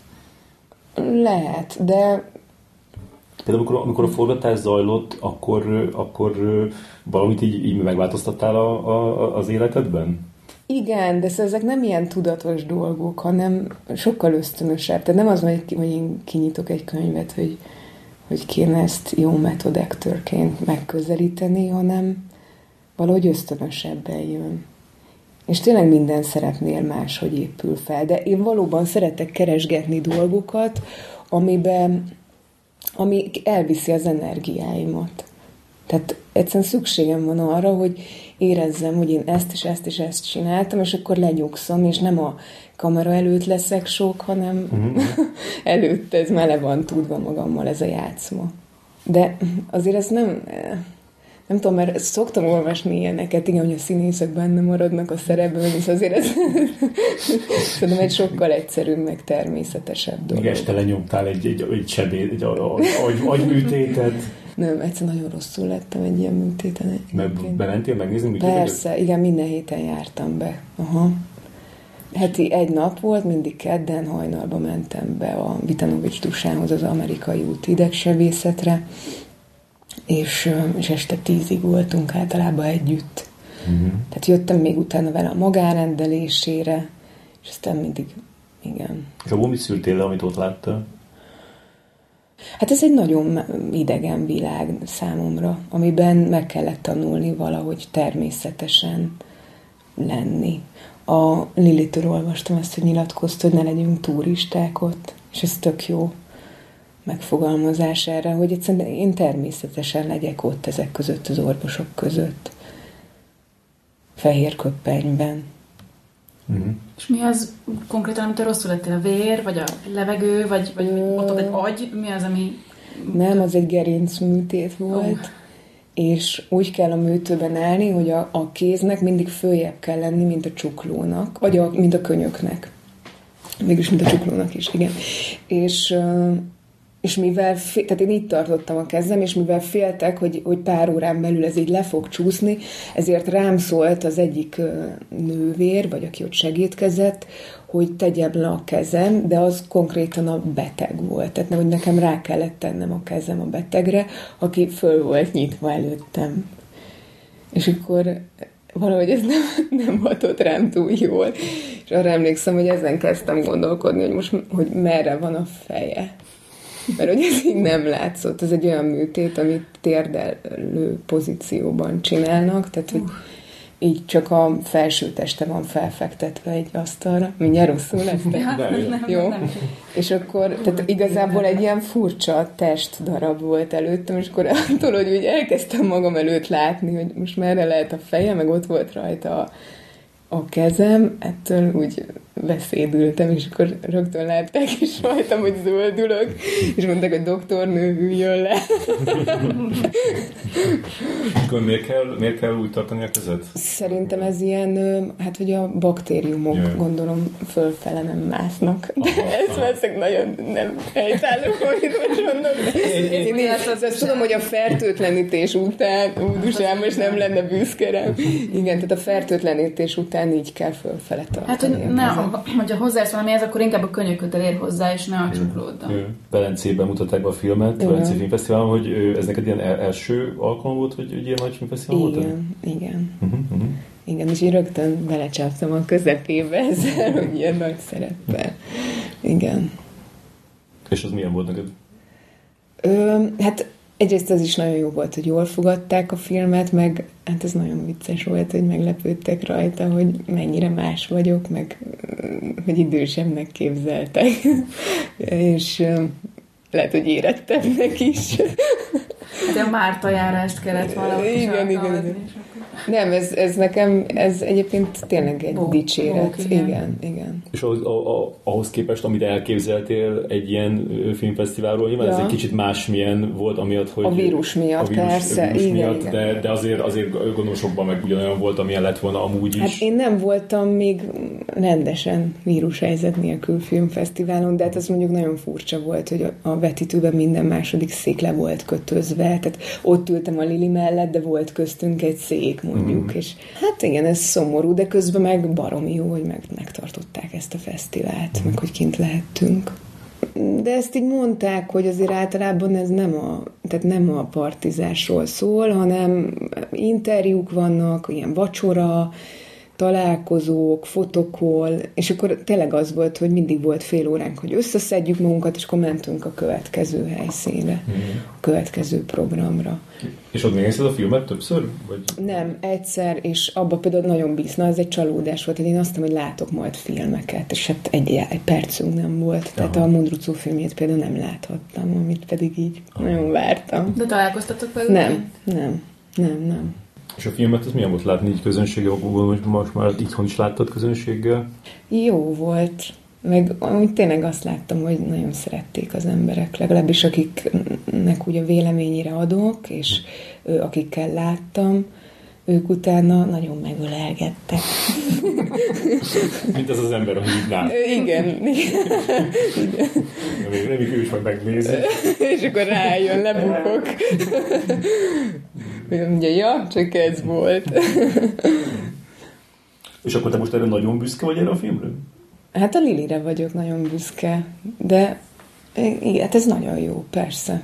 Lehet, de például amikor, amikor a forgatás zajlott, akkor, akkor valamit így, így megváltoztattál a, a, az életedben? Igen, de ezek nem ilyen tudatos dolgok, hanem sokkal ösztönösebb. Tehát nem az, hogy én kinyitok egy könyvet, hogy, hogy kéne ezt jó method actorként megközelíteni, hanem valahogy ösztönösebben jön. És tényleg minden szerepnél máshogy épül fel. De én valóban szeretek keresgetni dolgokat, amiben, ami elviszi az energiáimat. Tehát egyszerűen szükségem van arra, hogy érezzem, hogy én ezt és ezt és ezt csináltam, és akkor lenyugszom, és nem a kamera előtt leszek sok, hanem uh-huh. előtt ez már le van tudva magammal ez a játszma. De azért ez nem... Nem tudom, mert szoktam olvasni ilyeneket, igen, hogy a színészek benne maradnak a szerepben, és azért ez szerintem egy sokkal egyszerűbb, meg természetesebb dolog. Még este lenyomtál egy, egy, egy sebét, egy agyműtétet. Nem, egyszer nagyon rosszul lettem egy ilyen műtéten. Meg bementél megnézni? Persze, igen, minden héten jártam be. Aha. Heti egy nap volt, mindig kedden hajnalba mentem be a Vitanovics Dusához, az amerikai út idegsebészetre, és, és este tízig voltunk általában együtt. Uh-huh. Tehát jöttem még utána vele a magárendelésére, és aztán mindig, igen. És abból mit szültél le, amit ott láttál? Hát ez egy nagyon idegen világ számomra, amiben meg kellett tanulni valahogy természetesen lenni. A Lilitől olvastam ezt, hogy nyilatkozta, hogy ne legyünk turisták ott, és ez tök jó megfogalmazás erre, hogy egyszerűen én természetesen legyek ott ezek között, az orvosok között. Fehér köppenyben. Uh-huh. És mi az konkrétan, amitől rosszul lettél? A vér, vagy a levegő, vagy, vagy Ö... ott egy agy? Mi az, ami... Nem, az egy gerincműtét volt, oh. és úgy kell a műtőben állni, hogy a, a kéznek mindig följebb kell lenni, mint a csuklónak, vagy a, mint a könyöknek. Mégis, mint a csuklónak is, igen. És... És mivel, fél, tehát én így tartottam a kezem, és mivel féltek, hogy, hogy pár órán belül ez így le fog csúszni, ezért rám szólt az egyik nővér, vagy aki ott segítkezett, hogy tegyem le a kezem, de az konkrétan a beteg volt. Tehát hogy nekem rá kellett tennem a kezem a betegre, aki föl volt nyitva előttem. És akkor valahogy ez nem, nem hatott rám túl jól. És arra emlékszem, hogy ezen kezdtem gondolkodni, hogy most hogy merre van a feje. Mert hogy ez így nem látszott. Ez egy olyan műtét, amit térdelő pozícióban csinálnak, tehát hogy így csak a felső teste van felfektetve egy asztalra. Mindjárt rosszul lesz? Ja, nem, nem, jó? Nem. És akkor, tehát igazából egy ilyen furcsa testdarab volt előttem, és akkor attól, hogy úgy elkezdtem magam előtt látni, hogy most merre lehet a feje, meg ott volt rajta a a kezem, ettől úgy beszédültem, és akkor rögtön látták is rajtam, hogy zöldülök, és mondták, hogy doktornő, hűljön le. És akkor miért kell, miért kell úgy tartani a kezed? Szerintem ez ilyen, hát hogy a baktériumok, Jö. gondolom, fölfele nem másznak. De ez veszek nagyon nem helytálló, amit most mondom. Én, én, én, én azt, azt tudom, hogy a fertőtlenítés után, údusám, most nem lenne büszke rám. Igen, tehát a fertőtlenítés után így kell fölfele tartani. Hát, hogy ne, hogyha hozzász valamihez, akkor inkább a könyököddel ér hozzá, és ne a csuklóddal. Velencében mutatták be a filmet, Velencei Filmfesztiválon, hogy ez neked ilyen első alkalom volt, hogy ilyen nagy filmfesztivál volt? Igen, igen. Uh-huh, uh-huh. Igen, és én rögtön belecsaptam a közepébe ezzel, hogy ilyen nagy szereppel. Igen. És az milyen volt neked? Ö, hát egyrészt az is nagyon jó volt, hogy jól fogadták a filmet, meg hát ez nagyon vicces volt, hogy meglepődtek rajta, hogy mennyire más vagyok, meg hogy idősebbnek képzeltek. És lehet, hogy érettebbnek is. Hát a Márta járást kellett valahogy igen, igen, igen. Nem, ez, ez nekem, ez egyébként tényleg egy Bó, dicséret. Bó, igen. igen, igen. És ahhoz, a, a, ahhoz képest, amit elképzeltél egy ilyen filmfesztiválról, nyilván ja. ez egy kicsit másmilyen volt, amiatt, hogy... A vírus miatt, a vírus, persze. A vírus igen, miatt, igen. De, de azért, azért gondolom sokban meg ugyanolyan volt, amilyen lett volna amúgy is. Hát én nem voltam még rendesen vírushelyzet nélkül filmfesztiválon, de hát az mondjuk nagyon furcsa volt, hogy a vetítőben minden második szék le volt kötözve, tehát ott ültem a Lili mellett, de volt köztünk egy szék, mondjuk, mm. és hát igen, ez szomorú, de közben meg baromi jó, hogy meg, megtartották ezt a fesztivált, mm. meg hogy kint lehettünk. De ezt így mondták, hogy azért általában ez nem a, tehát nem a partizásról szól, hanem interjúk vannak, ilyen vacsora, találkozók, fotokoll, és akkor tényleg az volt, hogy mindig volt fél óránk, hogy összeszedjük magunkat, és akkor mentünk a következő helyszínre, mm. a következő programra. És ott megnézted a filmet többször? Vagy? Nem, egyszer, és abba például nagyon bízna, ez egy csalódás volt, hogy én azt mondtam, hogy látok majd filmeket, és hát egy, egy percünk nem volt, tehát Aha. a Mondruczó filmjét például nem láthattam, amit pedig így Aha. nagyon vártam. De találkoztatok velük? Nem, nem, nem, nem. És a filmet ez milyen volt látni így közönséggel? Most, most már itthon is láttad közönséggel? Jó volt. Meg amúgy tényleg azt láttam, hogy nagyon szerették az emberek. Legalábbis akiknek úgy a véleményére adok, és ő, akikkel láttam, ők utána nagyon megölelgettek. Mint az az ember a hívnál. Igen. igen. Remélem, ő is majd megnézi. És akkor rájön, lebukok. Ugye, ja, csak ez volt. És akkor te most erre nagyon büszke vagy erre a filmre? Hát a Lilire vagyok nagyon büszke, de igen, hát ez nagyon jó, persze.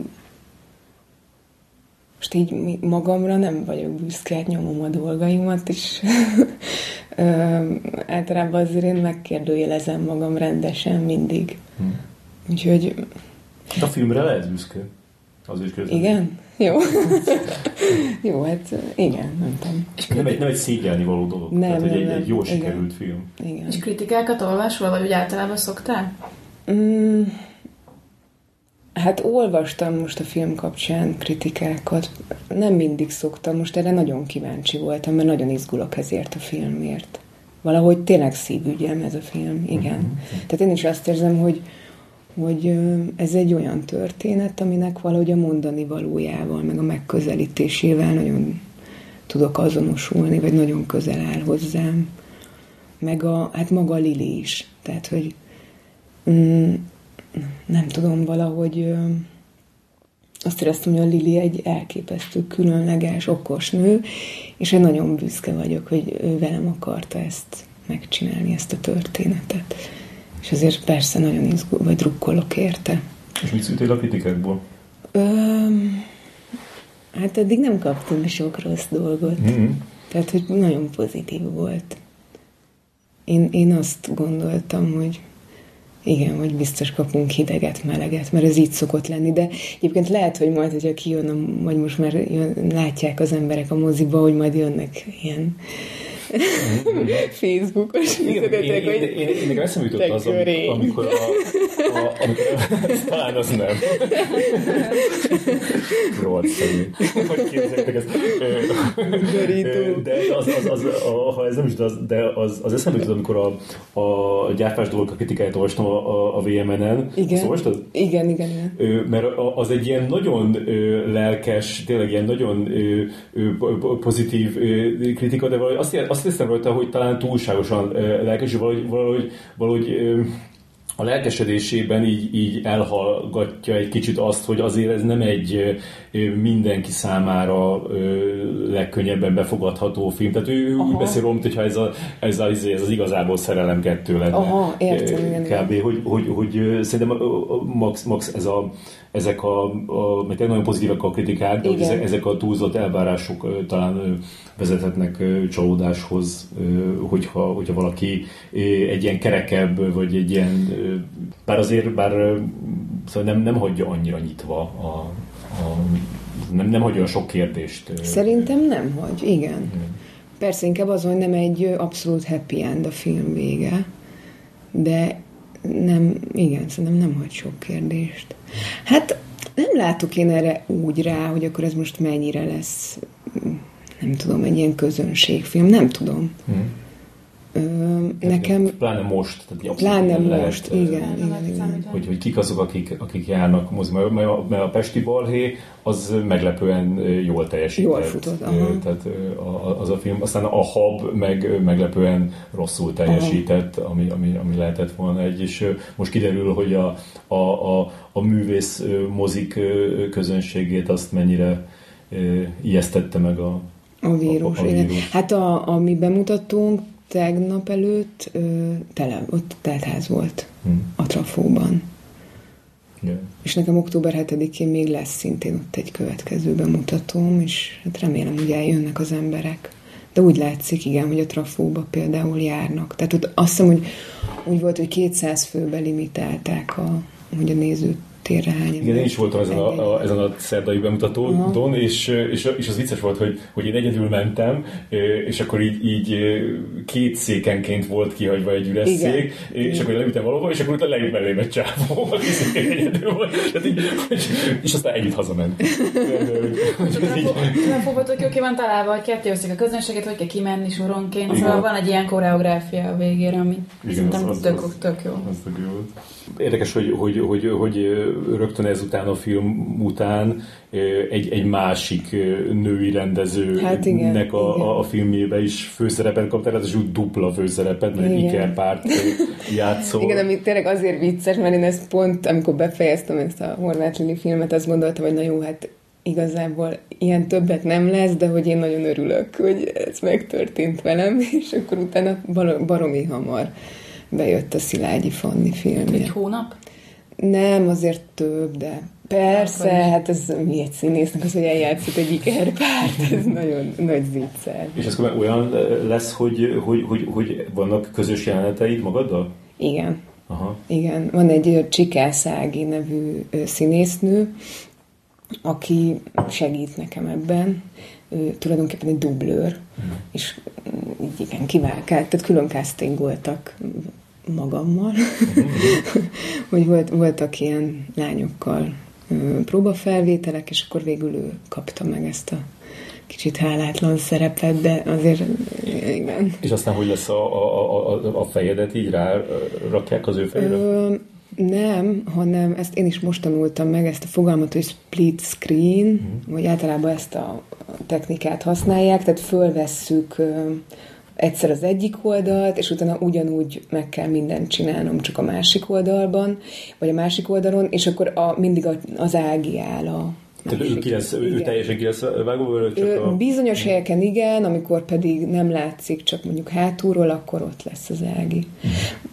Most így magamra nem vagyok büszke, hát nyomom a dolgaimat is. Ö, általában azért én megkérdőjelezem magam rendesen mindig. Hmm. Úgyhogy... A filmre lehet büszke? Az is közben. Igen? Jó. Jó, hát igen, nem tudom. Nem egy, nem egy szégyelni való dolog. Nem, Tehát, nem, egy, nem. egy jól Igen. sikerült film. Igen. És kritikákat olvasol, vagy úgy általában szoktál? Mm, hát olvastam most a film kapcsán kritikákat. Nem mindig szoktam, most erre nagyon kíváncsi voltam, mert nagyon izgulok ezért a filmért. Valahogy tényleg szívügyem ez a film, igen. Mm-hmm. Tehát én is azt érzem, hogy hogy ez egy olyan történet, aminek valahogy a mondani valójával, meg a megközelítésével nagyon tudok azonosulni, vagy nagyon közel áll hozzám. Meg a, hát maga Lili is. Tehát, hogy mm, nem tudom, valahogy azt éreztem, hogy a Lili egy elképesztő, különleges, okos nő, és én nagyon büszke vagyok, hogy ő velem akarta ezt megcsinálni, ezt a történetet. És azért persze nagyon izgul, vagy drukkolok érte. És mit szültél a kritikákból? Öm, hát eddig nem kaptunk sok rossz dolgot. Mm-hmm. Tehát, hogy nagyon pozitív volt. Én, én azt gondoltam, hogy igen, hogy biztos kapunk hideget, meleget, mert ez így szokott lenni, de egyébként lehet, hogy majd, hogyha kijön, a, vagy most már jön, látják az emberek a moziba, hogy majd jönnek ilyen Facebookos üzenetek, hogy én, én, én, én eszembe jutott az, amikor, amikor a, a amikor, talán az nem. Rohadt személy. Hogy képzeljétek ezt. De az, az, az, a, ha ez nem is, de az, de az, az eszembe jutott, amikor a, a gyárfás dolgok a kritikáját olvastam a, a, a vé em en-en. Igen. Azt olvastad? Igen, igen, igen. Mert az egy ilyen nagyon lelkes, tényleg ilyen nagyon pozitív kritika, de valahogy azt, azt hiszem rajta, hogy talán túlságosan lelkes, valahogy, valahogy, valahogy a lelkesedésében így, így elhallgatja egy kicsit azt, hogy azért ez nem egy mindenki számára legkönnyebben befogadható film. Tehát ő Aha. úgy beszél róla, mintha ez, a, ez, a, ez az igazából szerelem kettő lenne. Aha, értem. Kb. Hogy, hogy, hogy szerintem max, max ez a, ezek a, a mert nagyon pozitívak a kritikák, de ezek, ezek a túlzott elvárások talán vezethetnek csalódáshoz, hogyha, hogyha valaki egy ilyen kerekebb, vagy egy ilyen, bár azért, bár szóval nem, nem hagyja annyira nyitva a, a nem, nem hagyja sok kérdést. Szerintem nem hagy, igen. Hmm. Persze inkább az, hogy nem egy abszolút happy end a film vége, de nem, igen, szerintem nem hagy sok kérdést. Hát nem látok én erre úgy rá, hogy akkor ez most mennyire lesz nem tudom, egy ilyen közönségfilm, nem tudom. Hmm. Ö, nekem... Pláne most. Tehát pláne most, lehet, igen, igen, igen, igen. Hogy, hogy kik azok, akik, akik járnak moziba, mert a, mert a Pesti Balhé az meglepően jól teljesített. Jól futott, aha. Tehát az a film. Aztán a Hab meg meglepően rosszul teljesített, ami, ami, ami lehetett volna egy, és most kiderül, hogy a, a, a, a művész mozik közönségét azt mennyire ijesztette meg a, a vírus. A, a vírus. Hát a, a mi bemutatónk tegnap előtt ö, tele, ott teltház volt hmm. a Trafóban. Yeah. És nekem október hetedikén még lesz szintén ott egy következő bemutatóm, és hát remélem, hogy eljönnek az emberek. De úgy látszik, igen, hogy a Trafóba például járnak. Tehát ott azt hiszem, hogy úgy volt, hogy kétszáz főbe limitálták a, hogy a nézőt térre hány. Igen, én is voltam ezen a, a, ezen a szerdai bemutatón, és, és, és az vicces volt, hogy, hogy én egyedül mentem, és akkor így, így két székenként volt kihagyva egy üres igen. szék, és igen. akkor leültem valahol, és akkor utána leült mellém egy csávó, aki szintén egyedül volt, tehát így, és aztán együtt hazament. Nem fogod, hogy ki van találva, hogy ketté összük a közönséget, hogy kell kimenni soronként, igen. szóval van egy ilyen koreográfia a végére, ami szerintem tök, tök jó. Az tök jó. Érdekes, hogy, hogy, hogy, hogy rögtön ezután a film után egy, egy másik női rendezőnek hát igen, a, igen. a filmjébe is főszerepet kaptál, tehát és úgy dupla főszerepet, mert egy ikerpárt játszol. Igen, ami tényleg azért vicces, mert én ezt pont, amikor befejeztem ezt a Horváth Lili filmet, azt gondoltam, hogy na jó, hát igazából ilyen többet nem lesz, de hogy én nagyon örülök, hogy ez megtörtént velem, és akkor utána baromi hamar bejött a Szilágyi Fanni filmje. Egy hónap? Nem, azért több, de persze, hát ez mi egy színésznek az, hogy eljátszott egy ikerpárt, ez nagyon nagy viccer. És ez olyan lesz, hogy, hogy, hogy, hogy vannak közös jeleneteid magaddal? Igen. Aha. Igen. Van egy Csikász Ági nevű színésznő, aki segít nekem ebben. Ő tulajdonképpen egy dublőr, mm. és így igen, kiválkált, tehát külön castingoltak magammal, mm-hmm. hogy volt, voltak ilyen lányokkal próbafelvételek, és akkor végül ő kapta meg ezt a kicsit hálátlan szerepet, de azért igen. És aztán hogy lesz a, a, a, a fejedet így rá rakják az ő fejére? Ö, nem, hanem ezt én is most tanultam meg, ezt a fogalmat, hogy split screen, mm. hogy általában ezt a technikát használják, tehát fölvesszük egyszer az egyik oldalt, és utána ugyanúgy meg kell mindent csinálnom, csak a másik oldalban, vagy a másik oldalon, és akkor a, mindig az Ági áll a Tehát ő, ki lesz, ő teljesen ki lesz vágó? Csak a... Bizonyos helyeken igen, amikor pedig nem látszik, csak mondjuk hátulról, akkor ott lesz az Ági. Mm.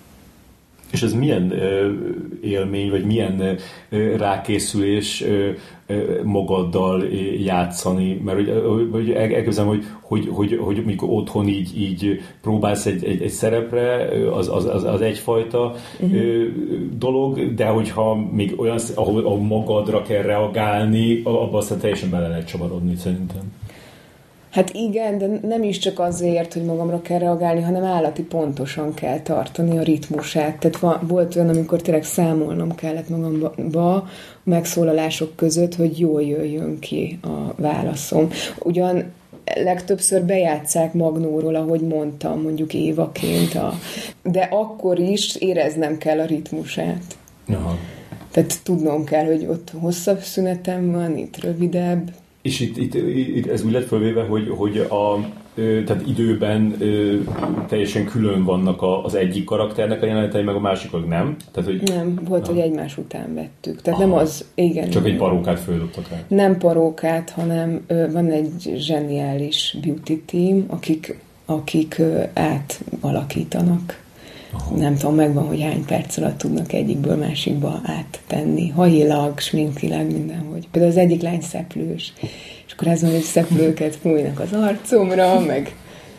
És ez milyen ö, élmény, vagy milyen ö, rákészülés ö, ö, magaddal játszani? Mert hogy, hogy elképzelem, hogy, hogy, hogy, hogy amikor otthon így, így próbálsz egy, egy, egy szerepre, az, az, az, az egyfajta uh-huh. ö, dolog, de hogyha még olyan, ahol, ahol magadra kell reagálni, abban aztán teljesen bele lehet csavarodni szerintem. Hát igen, de nem is csak azért, hogy magamra kell reagálni, hanem állati pontosan kell tartani a ritmusát. Tehát volt olyan, amikor tényleg számolnom kellett magamba a megszólalások között, hogy jól jöjjön ki a válaszom. Ugyan legtöbbször bejátsszák magnóról, ahogy mondtam, mondjuk Évaként, a... de akkor is éreznem kell a ritmusát. Aha. Tehát tudnom kell, hogy ott hosszabb szünetem van, itt rövidebb. És itt, itt, itt ez úgy lett fölvéve, hogy, hogy a, tehát időben teljesen külön vannak az egyik karakternek a jelenetei, meg a másikok nem? Tehát, hogy, nem, volt, na. hogy egymás után vettük. Tehát aha. nem az, igen. Csak egy parókát földobtak rá. Nem parókát, hanem van egy zseniális beauty team, akik, akik átalakítanak. Aha. Nem tudom, megvan, hogy hány perc alatt tudnak egyikből másikba áttenni. Hajilag, sminkilag, mindenhogy. Például az egyik lány szeplős, és akkor ez van, hogy szeplőket fújnak az arcomra, meg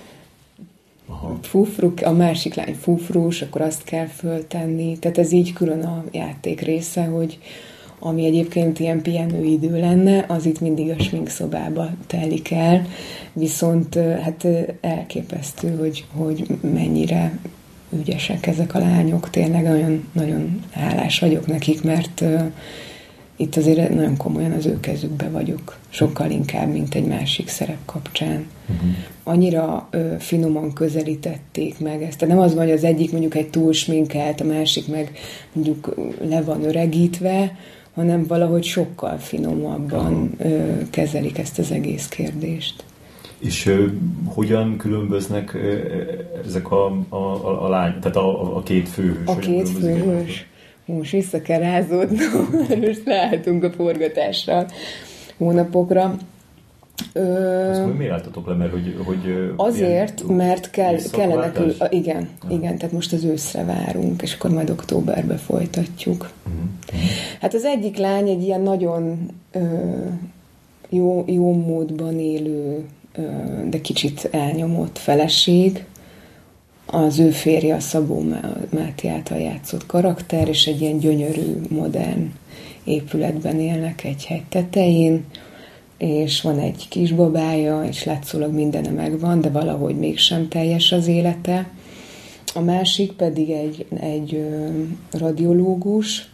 fufruk, a másik lány fufrús, akkor azt kell föltenni. Tehát ez így külön a játék része, hogy ami egyébként ilyen pihenőidő lenne, az itt mindig a sminkszobába telik el. Viszont hát elképesztő, hogy, hogy mennyire ügyesek ezek a lányok, tényleg nagyon, nagyon hálás vagyok nekik, mert itt azért nagyon komolyan az ő kezükbe vagyok. Sokkal inkább, mint egy másik szerep kapcsán. Uh-huh. Annyira ö, finoman közelítették meg ezt. Tehát nem az van, hogy az egyik mondjuk egy túlsminkelt, a másik meg mondjuk le van öregítve, hanem valahogy sokkal finomabban ö, kezelik ezt az egész kérdést. És ö, hogyan különböznek ö, ezek a, a, a, a lány, tehát a, a két főhős? A két főhős. Most vissza kell rázódnom, most leálltunk a forgatással hónapokra. Ö... Ezt miért álltatok le? Mert hogy, hogy azért, mert kell, kellene kül... Igen, ah. igen, tehát most az őszre várunk, és akkor majd októberbe folytatjuk. Uh-huh. Hát az egyik lány egy ilyen nagyon ö, jó, jó módban élő, ö, de kicsit elnyomott feleség. Az ő férje a Szabó Máté által játszott karakter, és egy ilyen gyönyörű, modern épületben élnek egy hegy tetején, és van egy kisbabája, és látszólag mindene megvan, de valahogy mégsem teljes az élete. A másik pedig egy, egy radiológus,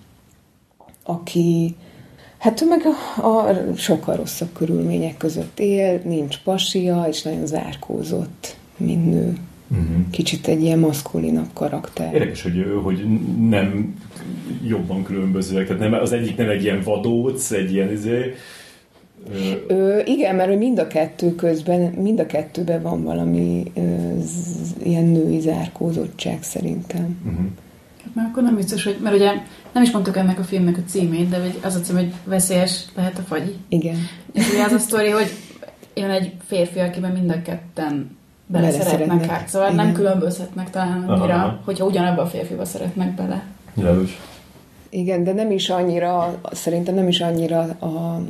aki hát ő meg a, a sokkal rosszabb körülmények között él, nincs pasia, és nagyon zárkózott, mint nő. Uh-huh. Kicsit egy ilyen maszkulinabb karakter. Érdekes, hogy, hogy nem jobban különbözőek. Tehát nem, az egyik nem egy ilyen vadóc, egy ilyen izé... Ö, igen, mert mind a kettő közben, mind a kettőben van valami ö, z, ilyen női zárkózottság szerintem. Uh-huh. Hát már akkor nem biztos, hogy... Mert ugye nem is mondtuk ennek a filmnek a címét, de az a cím, hogy veszélyes lehet a fagyi. Igen. És ugye az a sztori, hogy jön egy férfi, akiben mind a ketten bele szeretnek hát. Szóval igen. Nem különbözhetnek talán annyira, hogyha ugyanabban a férfiba szeretnek bele. Jelös. Igen, de nem is annyira, szerintem nem is annyira a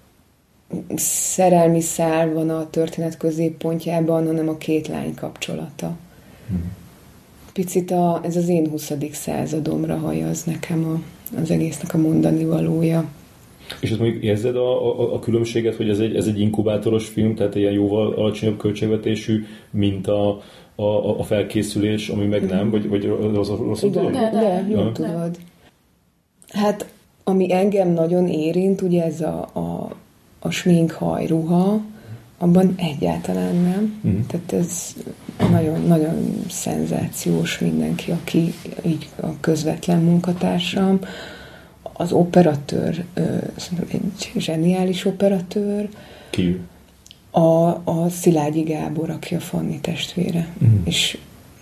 szerelmi szál van a történet középpontjában, hanem a két lány kapcsolata. Hmm. Picit a, ez az én huszadik századomra hajaz nekem a, az egésznek a mondani valója. És ezt mondjuk érzed a, a, a különbséget, hogy ez egy, ez egy inkubátoros film, tehát ilyen jóval alacsonyabb költségvetésű, mint a, a, a felkészülés, ami meg nem? Vagy, vagy rosszul tudom? De, de, de jól tudod. Hát, ami engem nagyon érint, ugye ez a, a, a smink hajruha, abban egyáltalán nem. Uh-huh. Tehát ez nagyon, nagyon szenzációs mindenki, aki így a közvetlen munkatársam. Az operatőr, egy zseniális operatőr. Ki? A, a Szilágyi Gábor, aki a Fanni testvére. Uh-huh. És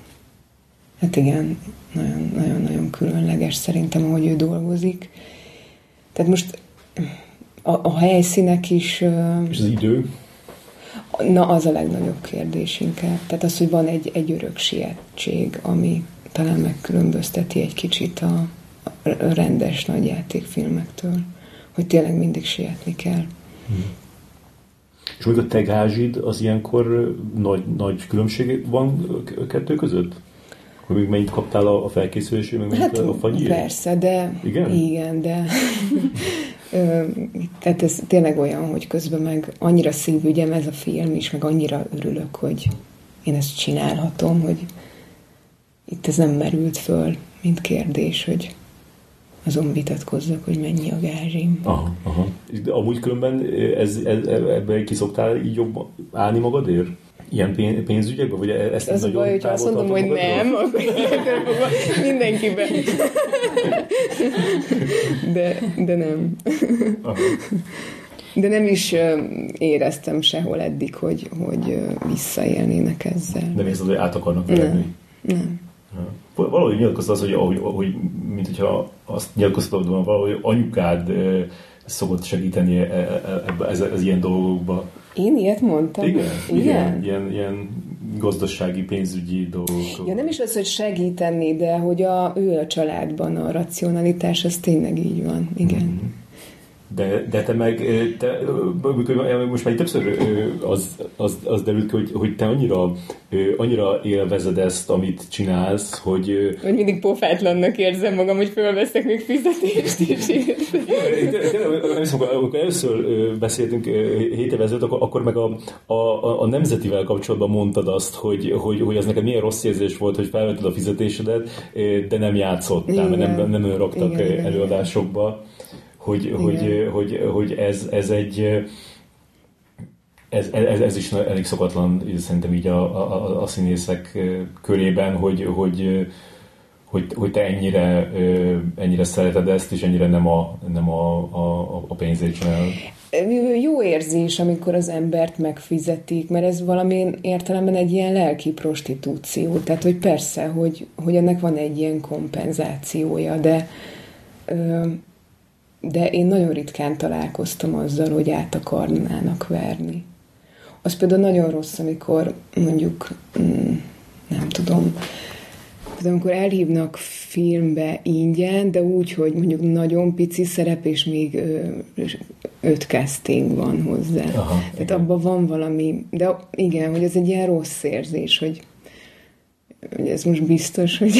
hát igen, nagyon-nagyon különleges szerintem, ahogy ő dolgozik. Tehát most a, a helyszínek is... És az idő? Na, az a legnagyobb kérdés inkább. Tehát az, hogy van egy, egy örök sietség, ami talán megkülönbözteti egy kicsit a rendes nagyjátékfilmektől, hogy tényleg mindig sietni kell. Hmm. És még a te gázsid, az ilyenkor nagy, nagy különbség van a kettő között? Hogy még mennyit kaptál a felkészülésé, meg mennyit hát, a fagyiért? Persze, de igen, igen de tehát ez tényleg olyan, hogy közben meg annyira szívügyem ez a film is, meg annyira örülök, hogy én ezt csinálhatom, hogy itt ez nem merült föl, mint kérdés, hogy azon vitatkozzak, hogy mennyi a gázsim. Aha, aha. De amúgy különben ez, ez, ebben ki szoktál így jobban állni magadért? Ilyen pénzügyekben? Vagy ezt az nagyon baj, hogyha azt mondom, hogy nem, akkor mindenkiben. De, de nem. Aha. De nem is éreztem sehol eddig, hogy, hogy visszaélnének ezzel. Nem érzed, hogy át akarnak veredni? Nem. nem. Valahogy nyilatkoztat az, hogy, hogy, hogy mint hogyha azt nyilatkoztatod, hogy valahogy anyukád e, szokott segíteni ebbe, ez, ez ilyen dolgokba. Én ilyet mondtam? Igen, igen. igen ilyen, ilyen gazdasági, pénzügyi dolgok. Ja, nem is az, hogy segíteni, de hogy a, ő a családban a racionalitás, az tényleg így van. Igen. Mm-hmm. De, de te meg, te, most már többször az, az, az derült ki, hogy, hogy te annyira, annyira élvezed ezt, amit csinálsz, hogy... Hogy mindig pofátlannak érzem magam, hogy fölveszek még fizetést is. Amikor először beszéltünk hét évvel ezelőtt, akkor meg a, a, a nemzetivel kapcsolatban mondtad azt, hogy, hogy, hogy az neked milyen rossz érzés volt, hogy felvetted a fizetésedet, de nem játszottál, mert nem, nem raktak igen, előadásokba. hogy, hogy, hogy, hogy ez, ez egy ez, ez, ez is elég szokatlan szerintem így a, a, a színészek körében, hogy, hogy, hogy, hogy te ennyire, ennyire szereted ezt, és ennyire nem a, nem a, a, a pénzét csinálod. Jó érzés, amikor az embert megfizetik, mert ez valamilyen értelemben egy ilyen lelki prostitúció. Tehát, hogy persze, hogy, hogy ennek van egy ilyen kompenzációja, de, de én nagyon ritkán találkoztam azzal, hogy át akarnának verni. Az például nagyon rossz, amikor mondjuk, nem tudom, de amikor elhívnak filmbe ingyen, de úgy, hogy mondjuk nagyon pici szerep, és még öt casting van hozzá. Aha, tehát igen. Abban van valami, de igen, hogy ez egy ilyen rossz érzés, hogy, hogy ez most biztos, hogy...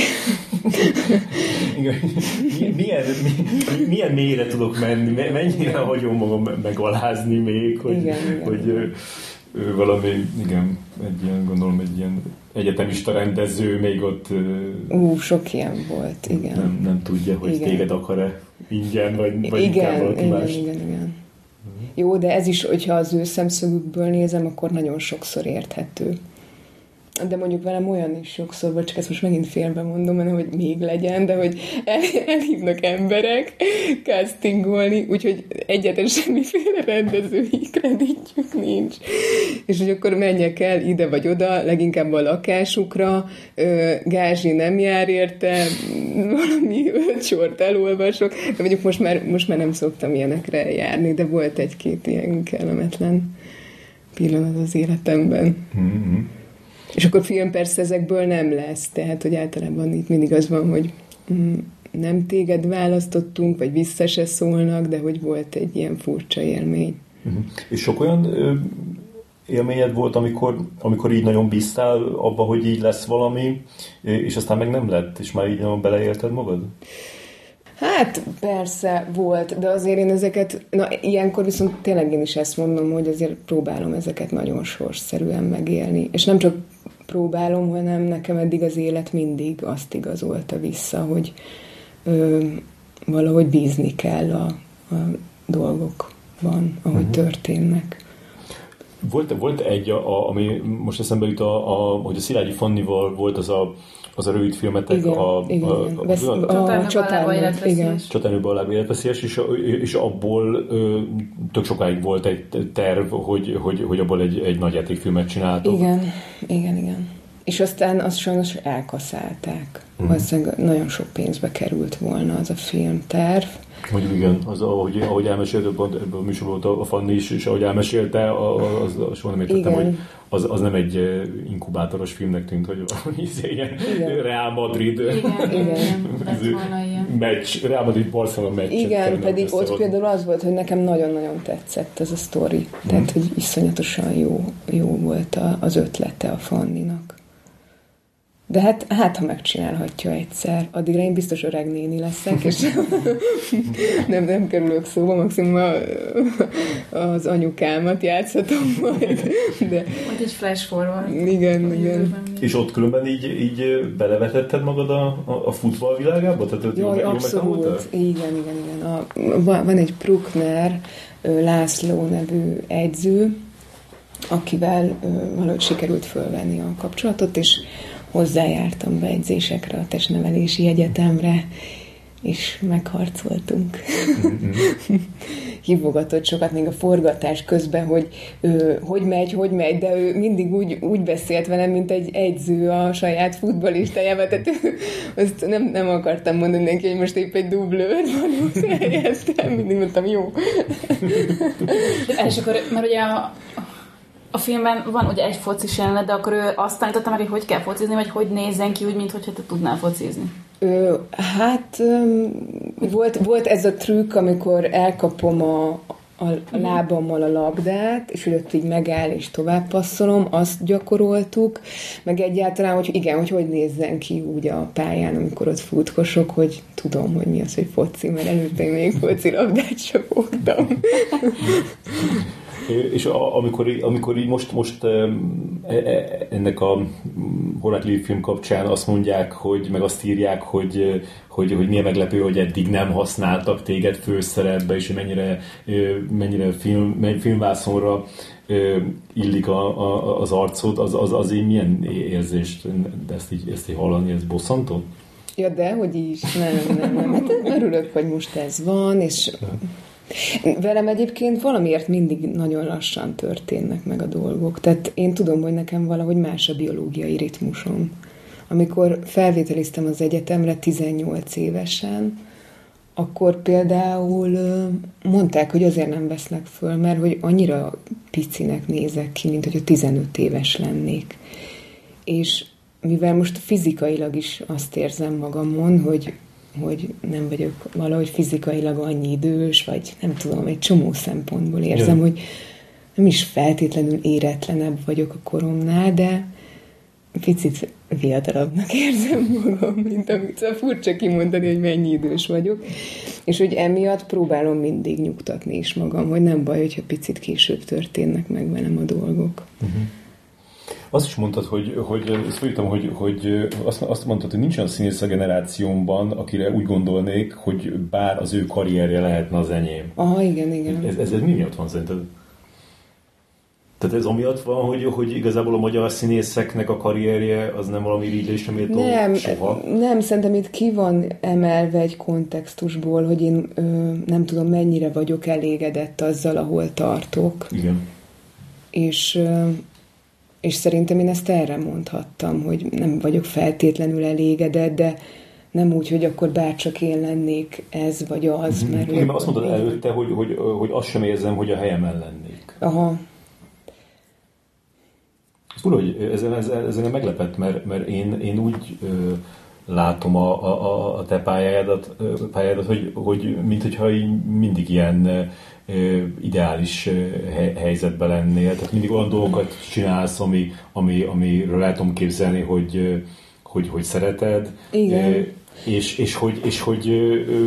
milyen, milyen mélyre tudok menni, mennyire hagyom magam megalázni még, hogy, igen, hogy igen. Ő valami, igen, egy ilyen, gondolom, egy ilyen egyetemista rendező még ott... Ú, sok ilyen volt, igen. Nem, nem tudja, hogy igen. Téged akar-e ingyen, vagy, vagy igen, inkább valaki igen, más. Igen, igen, igen. Uh-huh. Jó, de ez is, hogyha az ő szemszögükből nézem, akkor nagyon sokszor érthető. De mondjuk velem olyan is sokszor, vagy csak ezt most megint félbe mondom, hanem, hogy még legyen, de hogy el, elhívnak emberek castingolni, úgyhogy egyetlen semmiféle rendezői kreditjük nincs. És hogy akkor menjek el ide vagy oda, leginkább a lakásukra, gázsi nem jár érte, valami öt sort elolvasok, de mondjuk most már, most már nem szoktam ilyenekre járni, de volt egy-két ilyen kellemetlen pillanat az életemben. Mm-hmm. És akkor film persze ezekből nem lesz, tehát, hogy általában itt mindig az van, hogy mm, nem téged választottunk, vagy vissza se szólnak, de hogy volt egy ilyen furcsa élmény. Uh-huh. És sok olyan ö, élményed volt, amikor, amikor így nagyon bíztál abba, hogy így lesz valami, és aztán meg nem lett, és már így nagyon beleélted magad? Hát persze volt, de azért én ezeket, na ilyenkor viszont tényleg én is ezt mondom, hogy azért próbálom ezeket nagyon sorsszerűen megélni. És nem csak próbálom, hanem nekem eddig az élet mindig azt igazolta vissza, hogy ö, valahogy bízni kell a, a dolgokban, ahogy uh-huh. történnek. Volt, volt egy, a, ami most eszembe jut, a, a, hogy a Szilágyi Fannival volt az a az a rövid filmetek, igen, a, igen, a, a, a, a Csatárnőben a láb életveszélyes, és, és abból ö, tök sokáig volt egy terv, hogy, hogy, hogy abból egy, egy nagy játékfilmet csináltok. Igen, igen, igen. És aztán azt sajnos elkaszálták. Mm. Valószínűleg nagyon sok pénzbe került volna az a filmterv. Mondjuk igen, az, ahogy, ahogy elmesélte, pont ebből a műsorban volt a Fanni is, és ahogy elmesélte, az, az soha nem értettem, hogy az, az nem egy inkubátoros filmnek tűnt, hogy ilyen Real Madrid igen, igen, meccs, Real Madrid Barcelona meccs. Igen, pedig ott volt. Például az volt, hogy nekem nagyon-nagyon tetszett ez a sztori. Hmm. Tehát, hogy iszonyatosan jó, jó volt a, az ötlete a Fanninak. De hát, hát, ha megcsinálhatja egyszer, addigra én biztos öreg néni leszek, és nem, nem kerülök szóba, maximum a, az anyukámat játszhatom majd. De... Vagy egy flash forward. Igen, igen. És ott különben így, így belevetetted magad a, a, a futball világába? Tehát, Jaj, jó, abszolút. Igen, igen, igen. A, van egy Bruckner, László nevű egyző, akivel valahogy sikerült fölvenni a kapcsolatot, és hozzájártam be edzésekre a testnevelési egyetemre, és megharcoltunk. Mm-hmm. Hívogatott sokat még a forgatás közben, hogy ő, hogy megy, hogy megy, de ő mindig úgy, úgy beszélt velem, mint egy egyző a saját futballistájával, tehát azt nem, nem akartam mondani neki, hogy most épp egy dublőr van, ott helyeztem, mindig mondtam, jó. És akkor, mert ugye a A filmben van ugye egy focis jelenet, de akkor ő azt tanította meg, hogy hogy kell focizni, vagy hogy nézzen ki úgy, mintha te tudnál focizni? Ö, hát volt, volt ez a trükk, amikor elkapom a, a lábammal a labdát, és ott így megáll, és tovább passzolom, azt gyakoroltuk, meg egyáltalán, hogy igen, hogy hogy nézzen ki úgy a pályán, amikor ott futkosok, hogy tudom, hogy mi az, hogy foci, mert előtte még foci labdát sem fogtam. És amikor, amikor így most, most ennek a, Horváth Lili film kapcsán azt mondják, hogy meg azt írják, hogy, hogy, hogy milyen meglepő, hogy eddig nem használtak téged főszerepbe, és mennyire, mennyire film, filmvászonra illik a, a, az arcod, az, az, az így milyen érzést, ezt így, ezt így hallani, ez bosszantó? Ja, dehogy is. Nem, nem, nem. Hát örülök, hogy most ez van, és velem egyébként valamiért mindig nagyon lassan történnek meg a dolgok. Tehát én tudom, hogy nekem valahogy más a biológiai ritmusom. Amikor felvételiztem az egyetemre tizennyolc évesen, akkor például mondták, hogy azért nem vesznek föl, mert hogy annyira picinek nézek ki, mint hogy a tizenöt éves lennék. És mivel most fizikailag is azt érzem magamon, hogy, hogy nem vagyok valahogy fizikailag annyi idős, vagy nem tudom, egy csomó szempontból érzem, Jön. hogy nem is feltétlenül éretlenebb vagyok a koromnál, de picit fiatalabbnak érzem magam, mint amit szóval furcsa kimondani, hogy mennyi idős vagyok. És hogy emiatt próbálom mindig nyugtatni is magam, hogy nem baj, hogyha picit később történnek meg velem a dolgok. Uh-huh. Azt is mondtad, hogy, hogy ezt följöttem, hogy, hogy azt, azt mondtad, hogy nincs olyan színész a generációmban, akire úgy gondolnék, hogy bár az ő karrierje lehetne az enyém. Aha, igen, igen. Ez, ez, ez mi miatt van szerinted? Tehát ez amiatt van, hogy, hogy igazából a magyar színészeknek a karrierje az nem valami írítésre méltó nem, soha? Nem, szerintem itt ki van emelve egy kontextusból, hogy én ö, nem tudom, mennyire vagyok elégedett azzal, ahol tartok. Igen. És, ö, és szerintem én ezt erre mondhattam, hogy nem vagyok feltétlenül elégedett, de nem úgy, hogy akkor bárcsak én lennék ez vagy az. Mm-hmm. Mert Igen, azt mondtad előtte, hogy, hogy, hogy azt sem érzem, hogy a helyemen lennék. Aha. Fura, hogy ezen, ezen, ezen meglepett, mert, mert én, én úgy ö, látom a, a, a te pályádat, pályádat hogy, hogy minthogyha mindig ilyen ö, ideális hely, helyzetben lennél. Tehát mindig olyan dolgokat csinálsz, ami, ami, amiről el tudom képzelni, hogy, hogy, hogy szereted. Igen. Ö, és, és hogy, és hogy ö,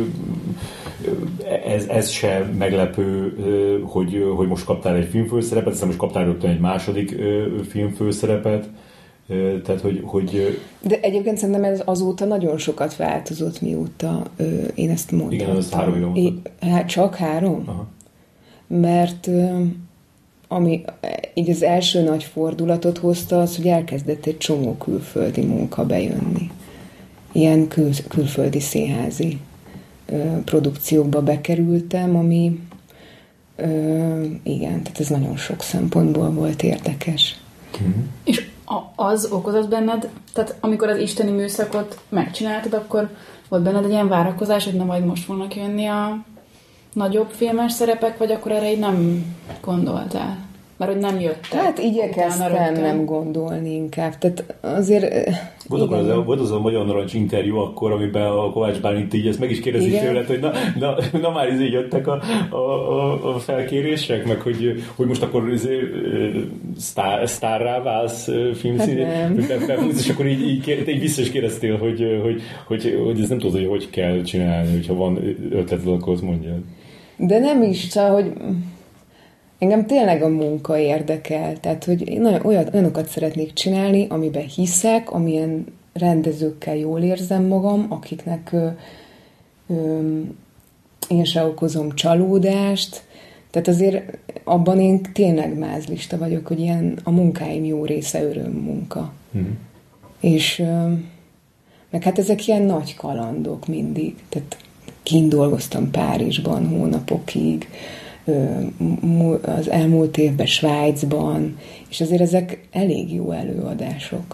ez, ez se meglepő, hogy, hogy most kaptál egy filmfőszerepet, aztán most kaptál rögtön egy második filmfőszerepet, tehát hogy, hogy... De egyébként szerintem ez azóta nagyon sokat változott, mióta én ezt mondtam. Igen, az három éve mondtad. Hát csak három? Aha. Mert ami így az első nagy fordulatot hozta az, hogy elkezdett egy csomó külföldi munka bejönni. Ilyen kül- külföldi színházi produkciókba bekerültem, ami ö, igen, tehát ez nagyon sok szempontból volt érdekes. Mm. És a, az okozott benned, tehát amikor az isteni műszakot megcsináltad, akkor volt benned egy ilyen várakozás, hogy na majd most fognak jönni a nagyobb filmes szerepek, vagy akkor erre így nem gondoltál? Mert hogy nem jöttek. Hát igyekeztem nem gondolni inkább. Tehát azért... Volt, az, volt az a Magyar Narancs interjú akkor, amiben a Kovács Bálint így ezt meg is kérdezik tőled, hogy na, na, na már így jöttek a, a, a, a felkérések, meg hogy, hogy most akkor sztár, sztárrá válsz filmszíné, hát és akkor így, így, így vissza is kérdeztél, hogy, hogy, hogy, hogy ez nem tudod, hogy hogy kell csinálni, hogyha van ötleted, akkor azt mondjad. De nem is, csak hogy... Engem tényleg a munka érdekel, tehát hogy én olyan, olyat, olyanokat szeretnék csinálni, amiben hiszek, amilyen rendezőkkel jól érzem magam, akiknek ö, ö, én se okozom csalódást, tehát azért abban én tényleg mázlista vagyok, hogy ilyen a munkáim jó része öröm munka. Mm. És ö, meg hát ezek ilyen nagy kalandok mindig, tehát kint dolgoztam Párizsban hónapokig, az elmúlt évben Svájcban, és azért ezek elég jó előadások.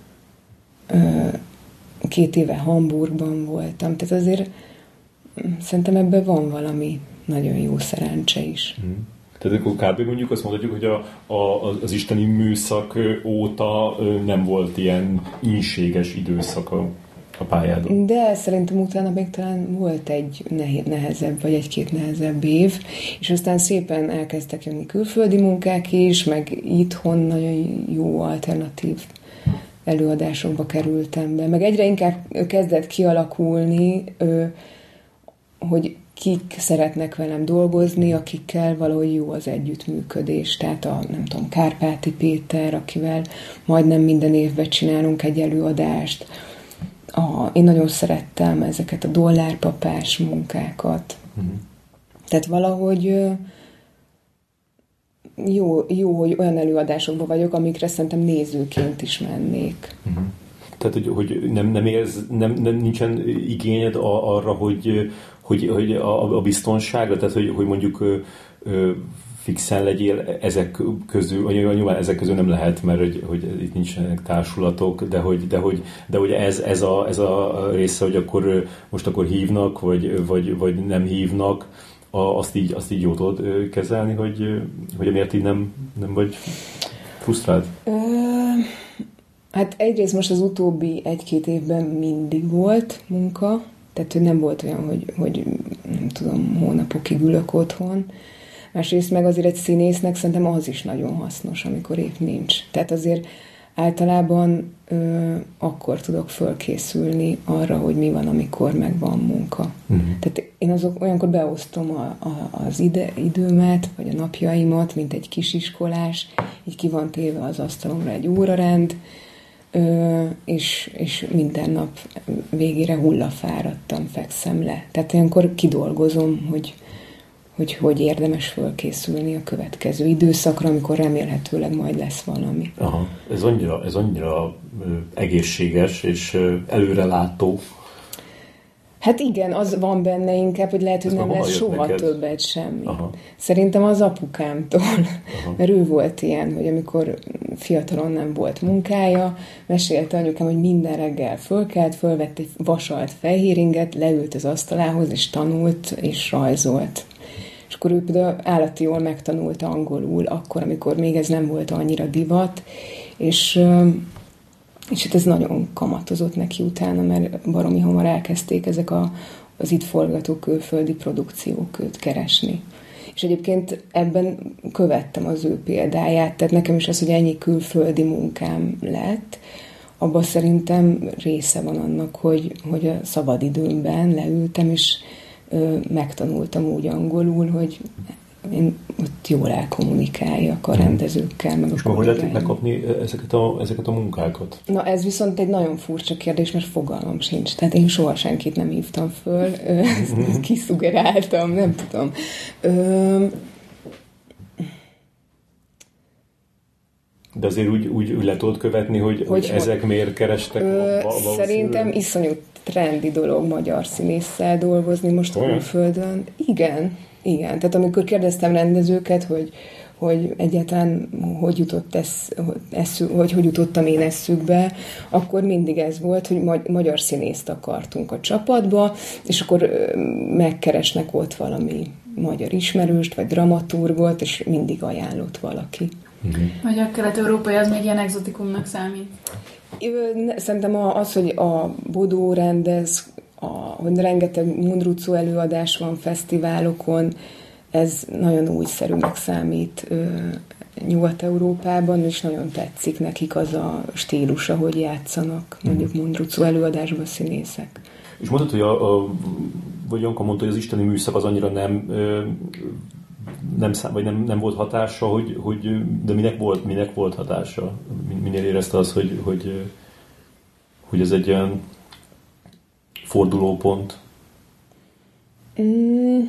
Két éve Hamburgban voltam, tehát azért szerintem ebben van valami nagyon jó szerencse is. Hmm. Tehát akkor kb. Mondjuk azt mondhatjuk, hogy a, a, az isteni műszak óta nem volt ilyen ínséges időszaka a pályádon. De szerintem utána még talán volt egy nehezebb, vagy egy-két nehezebb év, és aztán szépen elkezdtek jönni külföldi munkák is, meg itthon nagyon jó alternatív előadásokba kerültem be. Meg egyre inkább kezdett kialakulni, hogy kik szeretnek velem dolgozni, akikkel valahogy jó az együttműködés. Tehát a, nem tudom, Kárpáti Péter, akivel majdnem minden évben csinálunk egy előadást. A, én nagyon szerettem ezeket a dollárpapás munkákat. Uh-huh. Tehát valahogy jó, jó, hogy olyan előadásokban vagyok, amikre szerintem nézőként is mennék. Uh-huh. Tehát, hogy, hogy nem, nem érz, nem, nem, nincsen igényed a, arra, hogy, hogy, hogy a, a biztonságra, tehát, hogy, hogy mondjuk ö, ö, fixen legyél ezek közül, nyilván ezek közül nem lehet, mert hogy, hogy itt nincsenek társulatok, de hogy, de hogy, de hogy ez, ez, a, ez a része, hogy akkor most akkor hívnak, vagy, vagy, vagy nem hívnak, azt így, azt így jó tudod kezelni, hogy, hogy miért így nem, nem vagy frusztrált? Ö, hát egyrészt most az utóbbi egy-két évben mindig volt munka, tehát hogy nem volt olyan, hogy, hogy nem tudom, hónapokig ülök otthon. Másrészt meg azért egy színésznek szerintem az is nagyon hasznos, amikor épp nincs. Tehát azért általában ö, akkor tudok fölkészülni arra, hogy mi van, amikor meg van munka. Uh-huh. Tehát én azok olyankor beosztom a, a, az ide, időmet, vagy a napjaimat, mint egy kisiskolás, így ki van téve az asztalomra egy órarend, ö, és, és minden nap végére hullafáradtan fekszem le. Tehát olyankor kidolgozom, hogy hogy hogy érdemes fölkészülni a következő időszakra, amikor remélhetőleg majd lesz valami. Aha. Ez annyira, ez annyira egészséges és előrelátó. Hát igen, az van benne inkább, hogy lehet, hogy ez nem lesz soha neked? Többet semmi. Aha. Szerintem az apukámtól, aha. Mert ő volt ilyen, hogy amikor fiatalon nem volt munkája, mesélte anyukám, hogy minden reggel fölkelt, fölvett egy vasalt fehéringet, leült az asztalához, és tanult, és rajzolt. És akkor ő például állati jól megtanulta angolul, akkor, amikor még ez nem volt annyira divat, és, és hát ez nagyon kamatozott neki utána, mert baromi hamar elkezdték ezek a, az itt forgató külföldi produkciók őt keresni. És egyébként ebben követtem az ő példáját, tehát nekem is az, hogy ennyi külföldi munkám lett, abban szerintem része van annak, hogy, hogy a szabadidőmben leültem, és ö, megtanultam úgy angolul, hogy én ott jól elkommunikáljak a rendezőkkel, meg és a hogy lehet megkapni ezeket a, ezeket a munkákat? Na ez viszont egy nagyon furcsa kérdés, mert fogalmam sincs. Tehát én soha senkit nem hívtam föl, kiszugeráltam, nem tudom. Ö, De azért úgy, úgy, úgy le tudod követni, hogy, hogy, hogy ezek miért kerestek? Ö, szerintem iszonyú trendi dolog magyar színésszel dolgozni most a külföldön. Igen, igen. Tehát amikor kérdeztem rendezőket, hogy, hogy egyáltalán hogy jutott esz, eszü, hogy, hogy jutottam én eszükbe, akkor mindig ez volt, hogy magyar színészt akartunk a csapatba, és akkor megkeresnek ott valami magyar ismerőst, vagy dramaturgot, és mindig ajánlott valaki. Uh-huh. Vagy a kelet-európai az még ilyen exotikumnak számít? Szerintem az, hogy a Bodó rendez, a, hogy rengeteg Mundrucó előadás van fesztiválokon, ez nagyon újszerűnek számít ö, Nyugat-Európában, és nagyon tetszik nekik az a stílus, ahogy játszanak mondjuk Mundrucó előadásban színészek. És mondtad, hogy a, a vagy Janka mondta, hogy az isteni műszak az annyira nem ö, nem, szám, vagy nem, nem volt hatása, hogy, hogy, de minek volt, minek volt hatása? Minél érezte az, hogy, hogy, hogy ez egy olyan fordulópont? Mm.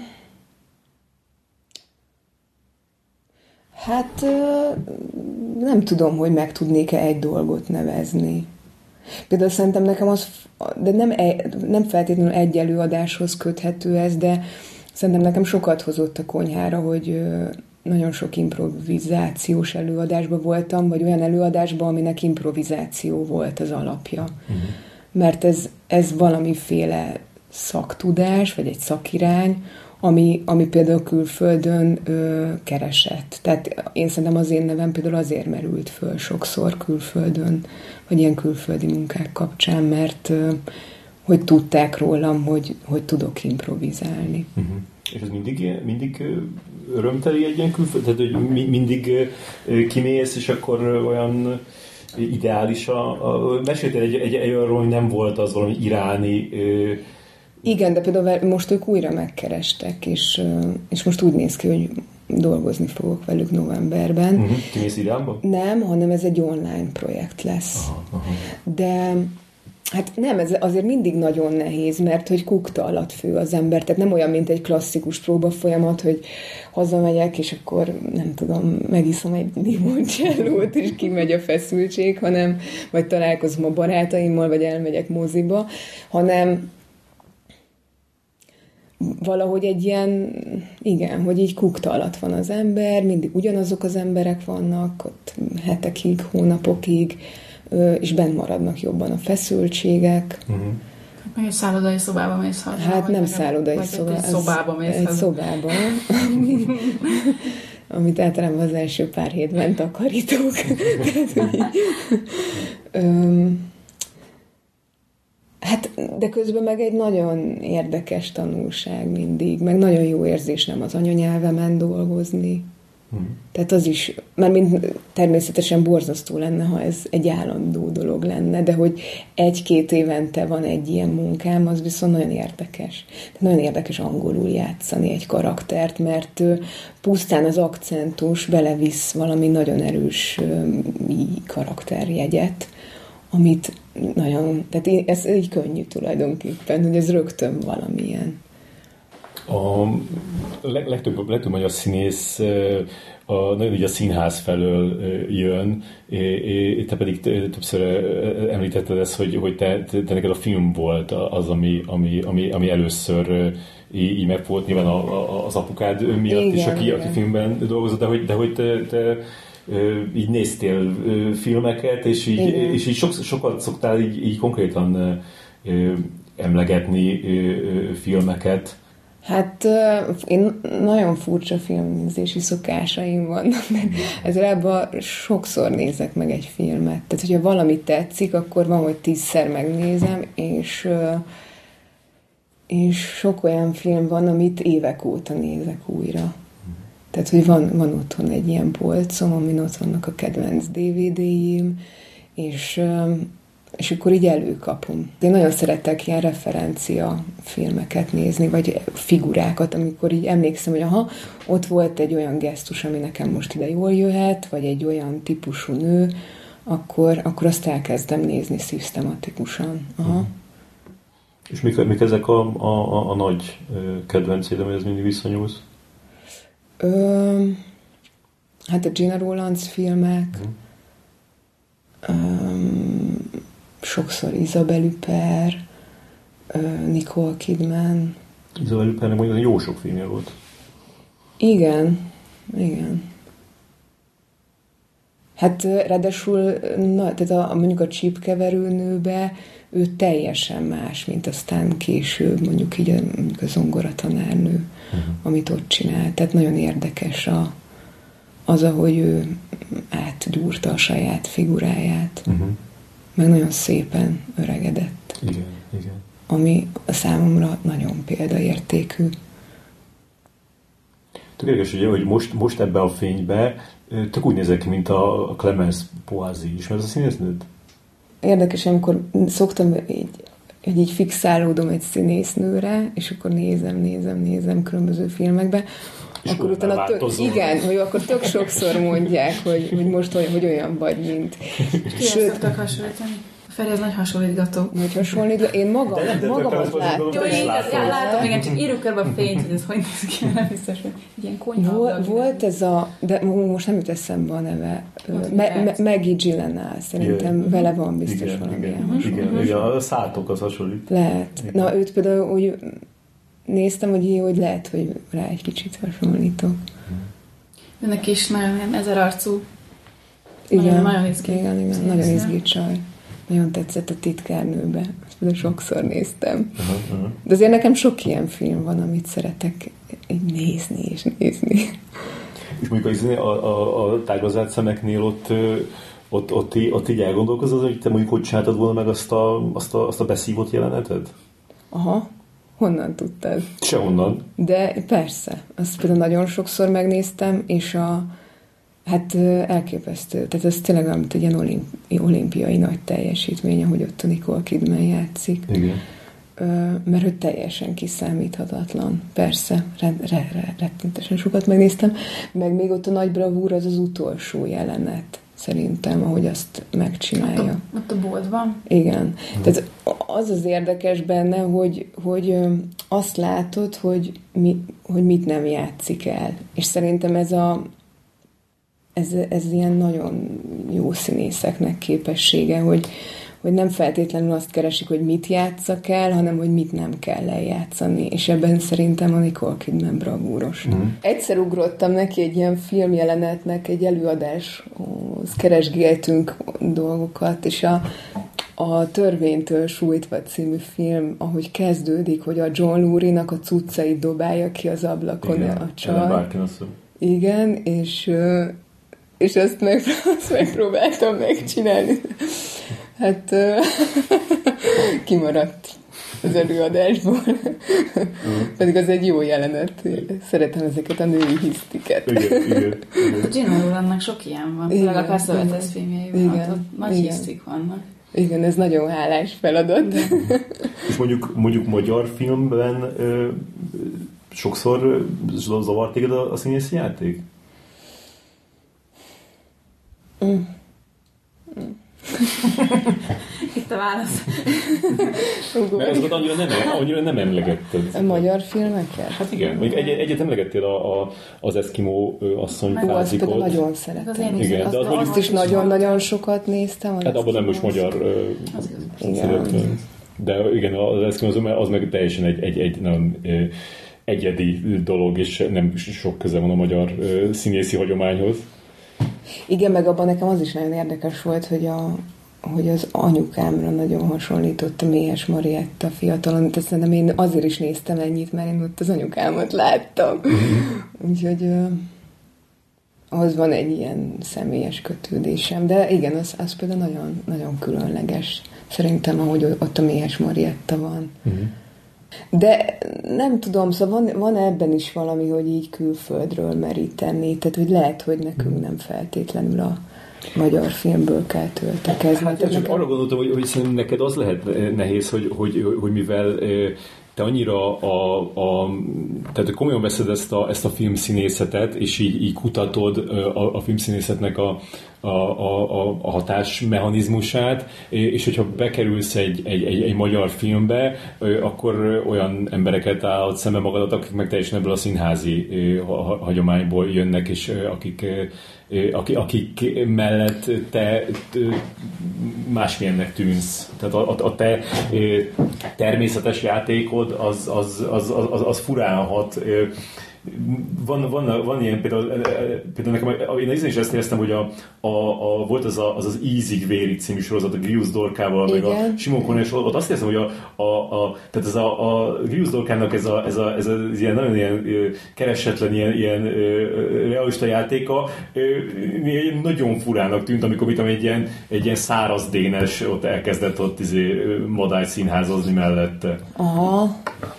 Hát nem tudom, hogy meg tudnék-e egy dolgot nevezni. Például szerintem nekem az, de nem, nem feltétlenül egy előadáshoz köthető ez, de szerintem nekem sokat hozott a konyhára, hogy nagyon sok improvizációs előadásban voltam, vagy olyan előadásban, aminek improvizáció volt az alapja. Uh-huh. Mert ez, ez valamiféle szaktudás, vagy egy szakirány, ami, ami például külföldön ö, keresett. Tehát én szerintem az én nevem például azért merült föl sokszor külföldön, vagy ilyen külföldi munkák kapcsán, mert ö, hogy tudták rólam, hogy, hogy tudok improvizálni. Uh-huh. És ez mindig, mindig örömteli egy ilyen külföld? Tehát, hogy mindig kimész, és akkor olyan ideális a... a meséltél egy, egy, egy olyanról, hogy nem volt az valami iráni ö, Igen, de például most ők újra megkerestek, és, és most úgy néz ki, hogy dolgozni fogok velük novemberben. Uh-huh. Kimész Iránba? Nem, hanem ez egy online projekt lesz. Aha, aha. De hát nem, ez azért mindig nagyon nehéz, mert hogy kukta alatt fő az ember, tehát nem olyan, mint egy klasszikus próbafolyamat, hogy hazamegyek, és akkor nem tudom, megiszom egy limoncellót, és kimegy a feszültség, hanem vagy találkozom a barátaimmal, vagy elmegyek moziba, hanem valahogy egy ilyen, igen, hogy így kukta alatt van az ember, mindig ugyanazok az emberek vannak, ott hetekig, hónapokig, és benn maradnak jobban a feszültségek. Uh-huh. Meg egy szállodai szobába mész haza. Hát nem szállodai szobába. Egy szobába mész Egy haza. szobába, ami, amit általában az első pár hétben takarítok. Tehát, hogy, öm, hát, de közben meg egy nagyon érdekes tanulság mindig, meg nagyon jó érzés nem az anyanyelvemen dolgozni. Hmm. Tehát az is, mert mind természetesen borzasztó lenne, ha ez egy állandó dolog lenne, de hogy egy-két évente van egy ilyen munkám, az viszont nagyon érdekes. Tehát nagyon érdekes angolul játszani egy karaktert, mert pusztán az akcentus belevisz valami nagyon erős karakterjegyet, amit nagyon, tehát ez így könnyű tulajdonképpen, hogy ez rögtön valamilyen. A legtöbb, legtöbb magyar színész a, nagyon így a színház felől jön, te pedig többször említetted ezt, hogy, hogy te, te neked a film volt az, ami, ami, ami, ami először így, így megvolt, nyilván a, a, az apukád miatt igen, is, aki, aki filmben dolgozott, de hogy, de hogy te, te így néztél filmeket, és így, és így sok, sokat szoktál így, így konkrétan emlegetni filmeket. Hát én nagyon furcsa filmnézési szokásaim vannak, mert ezért sokszor nézek meg egy filmet. Tehát, hogyha valami tetszik, akkor van, hogy tízszer megnézem, és, és sok olyan film van, amit évek óta nézek újra. Tehát, hogy van, van otthon egy ilyen polcom, amin ott vannak a kedvenc dé vé dé-im, és, és akkor így előkapom. Én nagyon szeretek ilyen referencia filmeket nézni, vagy figurákat, amikor így emlékszem, hogy aha, ott volt egy olyan gesztus, ami nekem most ide jól jöhet, vagy egy olyan típusú nő, akkor, akkor azt elkezdem nézni szisztematikusan. Aha. És mik, mik ezek a, a, a nagy kedvencéd, amihez mindig viszonyulsz? Ö, hát a Gina Rowlands filmek, mm. ö, sokszor Isabelle Huppert, Nicole Kidman. Isabelle Huppertnek mondjuk jó sok filmje volt. Igen, igen. Hát ráadásul, na, tehát a, mondjuk a csípkeverőnőbe ő teljesen más, mint aztán később mondjuk így a, mondjuk a zongoratanárnő, uh-huh. amit ott csinál. Tehát nagyon érdekes a, az, ahogy ő átgyúrta a saját figuráját. Uh-huh. Meg nagyon szépen öregedett. Igen, igen. Ami a számomra nagyon példaértékű. Tökéletes, ugye, hogy most, most ebbe a fénybe tök úgy nézek ki, mint a Clemence Poisy. Ismered a színésznőt? Érdekes, amikor szoktam így, hogy így fixálódom egy színésznőre, és akkor nézem, nézem, nézem különböző filmekbe, és akkor utána tök, igen, hogy akkor tök sokszor mondják, hogy, hogy most olyan, hogy olyan vagy, mint... Ki szoktak hasonlítani? A Feri az nagy hasonlítgató. Nagy hasonlítgató. Én magam, de nem, de magamat látom. Jó, én látom, látom, igen, csak írjuk körbe a fényt, hogy ez hogy néz ki, nem biztos, hogy ilyen konyha. Volt, volt ez a, de most nem jut eszembe a neve, Me, Me, Maggie Gyllenhaal, szerintem igen. Vele van biztos igen, valamilyen hasonló. Igen, igen, a szálltok az hasonlít. Lehet. Igen. Na, őt például úgy néztem, hogy, hogy lehet, hogy rá egy kicsit hasonlítok. Önnek is nagyon ezer arcú. Igen, nagyon, nagyon izgi. Igen, igen, nagyon izgi csaj. Nagyon tetszett a Titkárnőbe. Azt például sokszor néztem. Uh-huh, uh-huh. De azért nekem sok ilyen film van, amit szeretek így nézni és nézni. És mondjuk a, a, a tágazált szemeknél ott, ott, ott, ott így elgondolkozod, hogy te mondjuk hogy csináltad volna meg azt a, azt a, azt a beszívott jeleneted? Aha. Honnan tudtad? Sehonnan. De persze. Azt például nagyon sokszor megnéztem, és a hát elképesztő. Tehát ez tényleg olyan, mint egy ilyen olimpi, olimpiai nagy teljesítmény, ahogy ott a Nicole Kidman játszik. Igen. mert hogy teljesen kiszámíthatatlan. Persze, rend, re, re, rettentesen sokat megnéztem, meg még ott a nagy bravúr az az utolsó jelenet, szerintem, ahogy azt megcsinálja. Ott a, ott a boltban? Igen. Hmm. Tehát az az érdekes benne, hogy, hogy azt látod, hogy, mi, hogy mit nem játszik el. És szerintem ez a ez, ez ilyen nagyon jó színészeknek képessége, hogy hogy nem feltétlenül azt keresik, hogy mit játsszak el, hanem hogy mit nem kell eljátszani. És ebben szerintem a Nicole Kidman bravúros. Mm. Egyszer ugrottam neki egy ilyen filmjelenetnek, egy előadáshoz keresgéltünk dolgokat, és a, a Törvénytől sújtva című film, ahogy kezdődik, hogy a John Lurie-nak a cuccait dobálja ki az ablakon. Igen, a csaj. Igen, és, és ezt, meg, azt megpróbáltam megcsinálni. Hát kimaradt az előadásból. Uh-huh. Pedig az egy jó jelenet. Szeretem ezeket a női hisztiket. Igen, igen. A Gina Rowlandnak sok ilyen van. Igen, a Cassavetes filmjeiben. Igen, nagy igen. hisztik vannak. Igen, ez nagyon hálás feladat. És mondjuk, mondjuk magyar filmben ö, sokszor zavart téged a, a színészi játék? Mm. Mm. Itt a válasz. Mert azokat annyira nem, annyira nem emlegetted. A magyar filmeket? Hát igen, mondjuk egy, egyet emlegettél a, a, az Eszkimó asszony fázikot. Azt például nagyon szeretem. Igen, azt, de az azt, azt is nagyon-nagyon sokat néztem. Hát abban nem most magyar szeretem. De igen, az Eszkimó az meg teljesen egy, egy, egy nagyon egyedi dolog, és nem sok köze van a magyar színészi hagyományhoz. Igen, meg abban nekem az is nagyon érdekes volt, hogy, a, hogy az anyukámra nagyon hasonlított a Méhes Marietta fiatalon. Tehát szerintem én azért is néztem ennyit, mert én ott az anyukámat láttam. Mm-hmm. Úgyhogy uh, ahhoz van egy ilyen személyes kötődésem. De igen, az, az például nagyon, nagyon különleges. Szerintem, ahogy ott a Méhes Marietta van. Mm-hmm. De nem tudom, szóval van, van ebben is valami, hogy így külföldről meríteni, tehát hogy lehet, hogy nekünk nem feltétlenül a magyar filmből kell töltekezni. Hát csak nekem... arra gondoltam, hogy, hogy szerintem neked az lehet nehéz, hogy, hogy, hogy mivel te annyira a, a, tehát komolyan veszed ezt a, ezt a filmszínészetet, és így, így kutatod a, a filmszínészetnek a, a, a, a hatásmechanizmusát, és hogyha bekerülsz egy, egy, egy, egy magyar filmbe, akkor olyan embereket állod szembe magadat, akik meg teljesen ebből a színházi hagyományból jönnek, és akik, akik, akik mellett te másmilyennek tűnsz. Tehát a, a te természetes játékod az, az, az, az, az furálhat. Van, van, van ilyen például, például nekem, én is ezt éreztem, hogy a, a, a, volt az, a, az az Ízig vérig című sorozat a Grius Dorkával, meg a Simon Conner, és ott azt érzem, hogy a, a, a, tehát ez a, a Grius Dorkának ez a, ez a, ez a ez ilyen nagyon ilyen keresetlen, ilyen, ilyen realista játéka nagyon furának tűnt, amikor mit egy ilyen, egy ilyen száraz dénes ott elkezdett ott izé, madály színházozni mellette. Aha.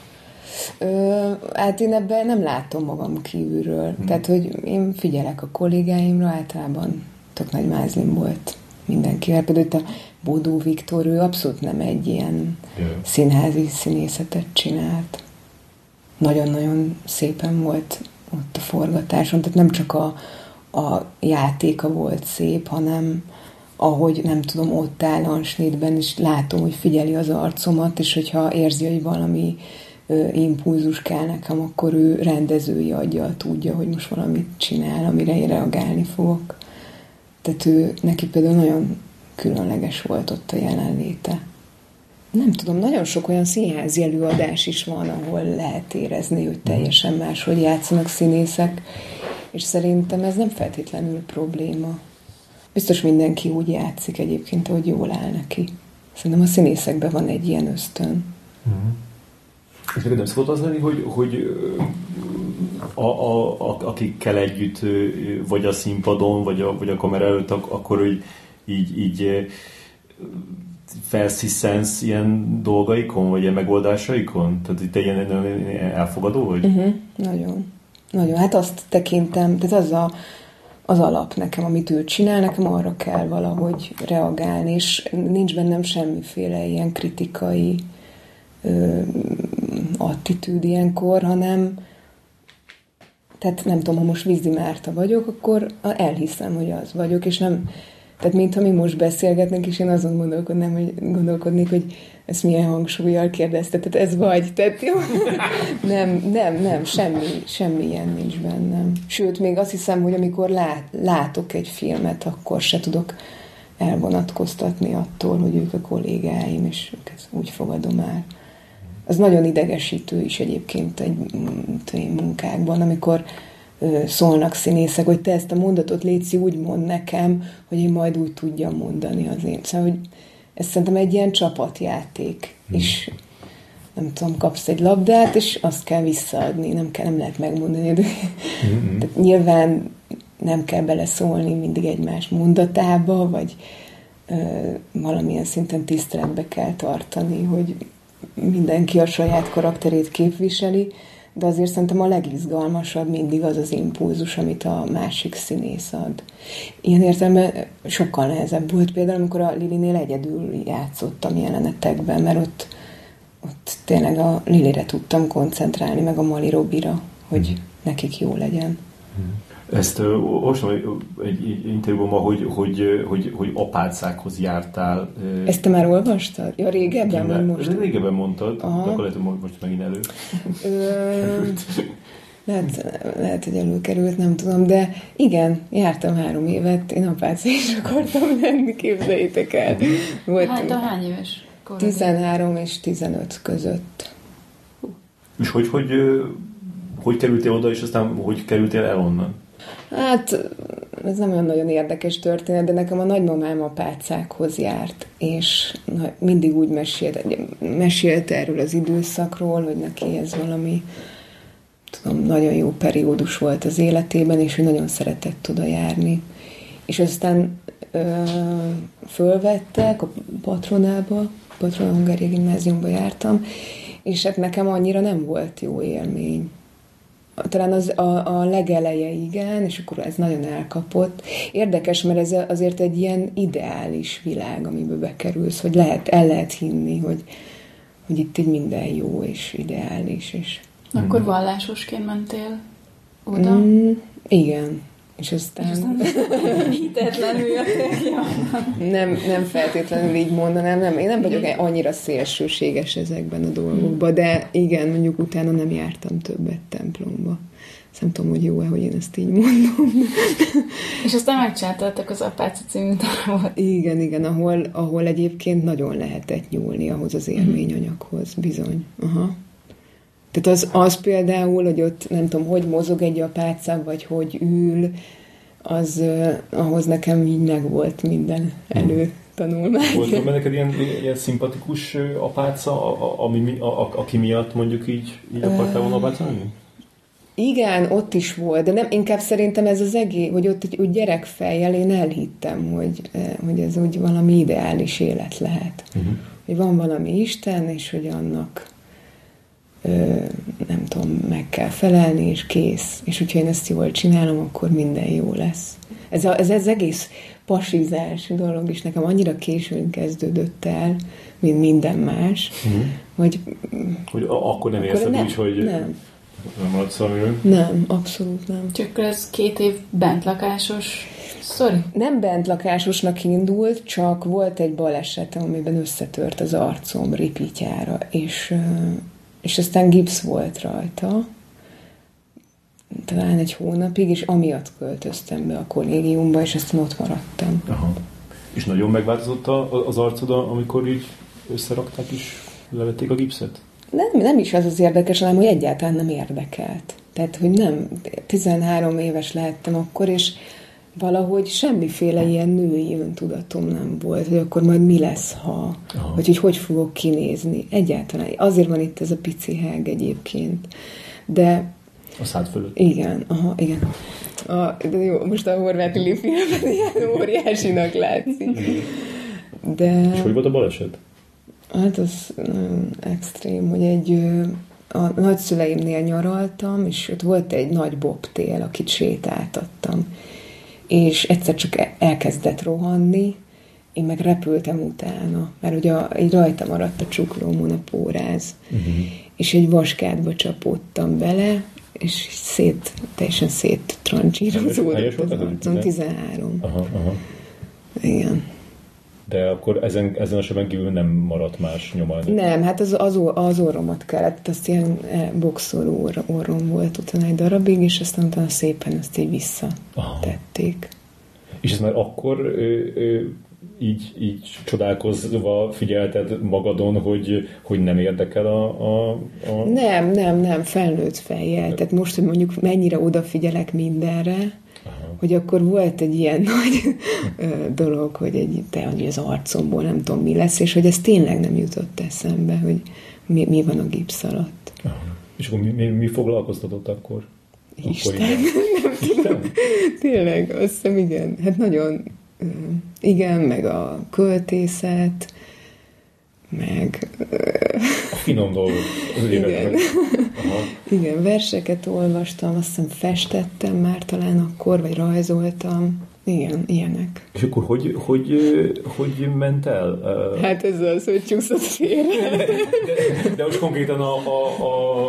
Ö, hát én ebben nem látom magam kívülről. Hmm. Tehát, hogy én figyelek a kollégáimra, általában tök nagy mázlim volt mindenkivel. Például itt a Bodó Viktor, ő abszolút nem egy ilyen yeah. színházi színészetet csinált. Nagyon-nagyon szépen volt ott a forgatáson. Tehát nem csak a, a játéka volt szép, hanem ahogy nem tudom, ott áll a snitben, és látom, hogy figyeli az arcomat, és hogyha érzi, hogy valami impulzus kell nekem, akkor ő rendezői aggyal tudja, hogy most valamit csinál, amire én reagálni fogok. Tehát ő, neki például nagyon különleges volt ott a jelenléte. Nem tudom, nagyon sok olyan színházi előadás is van, ahol lehet érezni, hogy teljesen máshogy játszanak színészek, és szerintem ez nem feltétlenül probléma. Biztos mindenki úgy játszik egyébként, hogy jól áll neki. Szerintem a színészekben van egy ilyen ösztön. Mm. És neked nem szokott az lenni, hogy, hogy a, a, a, akikkel együtt vagy a színpadon, vagy a, vagy a kamera előtt, akkor így, így, így felsziszensz ilyen dolgaikon, vagy ilyen megoldásaikon? Tehát te ilyen, ilyen elfogadó vagy? Uh-huh. Nagyon. Nagyon. Hát azt tekintem, tehát az a, az alap nekem, amit ő csinál, nekem arra kell valahogy reagálni, és nincs bennem semmiféle ilyen kritikai ö, attitűd ilyenkor, hanem tehát nem tudom, ha most Vízi Márta vagyok, akkor elhiszem, hogy az vagyok, és nem, tehát mintha mi most beszélgetnénk, és én azon gondolkodnám, hogy gondolkodnék, hogy ezt milyen hangsúlyjal kérdezte, tehát ez vagy, tehát jó. nem, nem, nem, semmi, semmi ilyen nincs bennem. Sőt, még azt hiszem, hogy amikor lát, látok egy filmet, akkor se tudok elvonatkoztatni attól, hogy ők a kollégáim, és őket úgy fogadom el. Az nagyon idegesítő is egyébként egy munkákban, amikor szólnak színészek, hogy te ezt a mondatot létszi, úgy mond nekem, hogy én majd úgy tudjam mondani az én. Szóval, hogy ez szerintem egy ilyen csapatjáték, hmm. és nem tudom, kapsz egy labdát, és azt kell visszaadni, nem, kell, nem lehet megmondani. De hmm. Tehát nyilván nem kell beleszólni mindig egymás mondatába, vagy ö, valamilyen szinten tiszteletbe kell tartani, hogy mindenki a saját karakterét képviseli, de azért szerintem a legizgalmasabb mindig az az impulzus, amit a másik színész ad. Ilyen értelemben sokkal nehezebb volt például, amikor a Lilinél egyedül játszottam jelenetekben, mert ott, ott tényleg a Lilire tudtam koncentrálni, meg a Mali Robira, hogy nekik jó legyen. Ezt olvastam egy, egy interjúban, hogy, hogy, hogy, hogy apácákhoz jártál. Ezt te már olvastad? Ja, régebben, vagy most? Régebben mondtad, aha. De akkor lehet, hogy most megint elő. Ö, lehet, lehet, hogy előkerült, nem tudom, de igen, jártam három évet, én apáca is akartam lenni, képzeljétek el. Volt hát a hány éves korod? tizenhárom és tizenöt között. És hogy, hogy, hogy kerültél oda, és aztán hogy kerültél el onnan? Hát, ez nem olyan nagyon érdekes történet, de nekem a nagymamám apácákhoz járt, és na, mindig úgy mesélt, mesélt erről az időszakról, hogy neki ez valami, tudom, nagyon jó periódus volt az életében, és ő nagyon szeretett oda járni. És aztán ö, fölvettek a Patronába, Patrona Hungária Gimnáziumba jártam, és hát nekem annyira nem volt jó élmény. Talán az a, a legeleje igen, és akkor ez nagyon elkapott. Érdekes, mert ez azért egy ilyen ideális világ, amiben bekerülsz, hogy lehet, el lehet hinni, hogy, hogy itt így minden jó és ideális. És... Akkor vallásosként mentél oda? Mm, igen. És aztán... És aztán hitetlenül jöttél nem, nem feltétlenül így mondanám, nem, én nem vagyok annyira szélsőséges ezekben a dolgokban, de igen, mondjuk utána nem jártam többet templomba. Ezt nem tudom, hogy jó-e, hogy én ezt így mondom. És aztán megcsináltatok az Apáca című darabot. Igen, igen, ahol, ahol egyébként nagyon lehetett nyúlni ahhoz az élményanyaghoz, bizony. Aha. Tehát az, az például, hogy ott nem tudom, hogy mozog egy apáca, vagy hogy ül, az uh, ahhoz nekem így megvolt minden előtanulmány. Volt benne neked ilyen, ilyen szimpatikus apáca, a, ami, a, a, aki miatt mondjuk így, így akartál volna apáca lenni? Igen, ott is volt, de nem, inkább szerintem ez az egész, hogy ott úgy gyerekfejjel én elhittem, hogy, hogy ez úgy valami ideális élet lehet. Uh-huh. Hogy van valami Isten, és hogy annak Ö, nem tudom, meg kell felelni, és kész. És hogyha én ezt jól csinálom, akkor minden jó lesz. Ez, a, ez az egész pasizás dolog is nekem annyira későn kezdődött el, mint minden más, mm. hogy... Hogy akkor nem érzed úgy, hogy... Nem. Nem maradsz valamiről? Nem, abszolút nem. Csak ez két év bentlakásos sztori? Nem bentlakásosnak indult, csak volt egy balesetem, amiben összetört az arcom ripityára, és... és aztán gipsz volt rajta, talán egy hónapig, és amiatt költöztem be a kollégiumba, és aztán ott maradtam. Aha. És nagyon megváltozott az arcod, amikor így összerakták, és levették a gipszet? Nem, nem is az az érdekes, hanem hogy egyáltalán nem érdekelt. Tehát, hogy nem, tizenhárom éves lehettem akkor, és valahogy semmiféle ilyen női öntudatom nem volt, hogy akkor majd mi lesz, ha, aha. vagy hogy hogy fogok kinézni. Egyáltalán. Azért van itt ez a pici hág egyébként. De... A szád fölött. Igen, aha, igen. A, de jó, most a Horváth Lili filmben ilyen óriásinak látszik. De... És hogy volt a baleset? Hát az nagyon extrém, hogy egy... A nagyszüleimnél nyaraltam, és ott volt egy nagy bobtél, akit sétáltattam. És egyszer csak elkezdett rohanni, én meg repültem utána, mert ugye a, így rajta maradt a csuklómon a póráz, uh-huh. és egy vaskádba csapódtam bele, és szét, teljesen széttrancsírozódott. tizenhárom. Aha, aha. Igen. De akkor ezen, ezen a sebben kívül nem maradt más nyoma? Nem, hát az, az, az orromat kellett, azt ilyen boxoló orrom volt utána egy darabig, és aztán utána szépen ezt így visszatették. És ez már akkor ö, ö, így, így csodálkozva figyelted magadon, hogy, hogy nem érdekel a, a, a... Nem, nem, nem, felnőtt fejjel. Tehát most, hogy mondjuk mennyire odafigyelek mindenre, aha. hogy akkor volt egy ilyen nagy dolog, hogy, egy, te, hogy az arcomból nem tudom mi lesz, és hogy ez tényleg nem jutott eszembe, hogy mi, mi van a gipsz alatt. Aha. És akkor mi, mi, mi foglalkoztatott akkor? Isten, akkor nem tudom. Tényleg, azt hiszem, igen. Hát nagyon, igen, meg a költészet, meg... A finom dolgok. Igen. Igen, verseket olvastam, azt hiszem festettem már talán akkor, vagy rajzoltam. Igen, ilyenek. És akkor hogy, hogy, hogy ment el? Hát ez az, hogy csúszott félre. De, de, de most konkrétan a, a, a,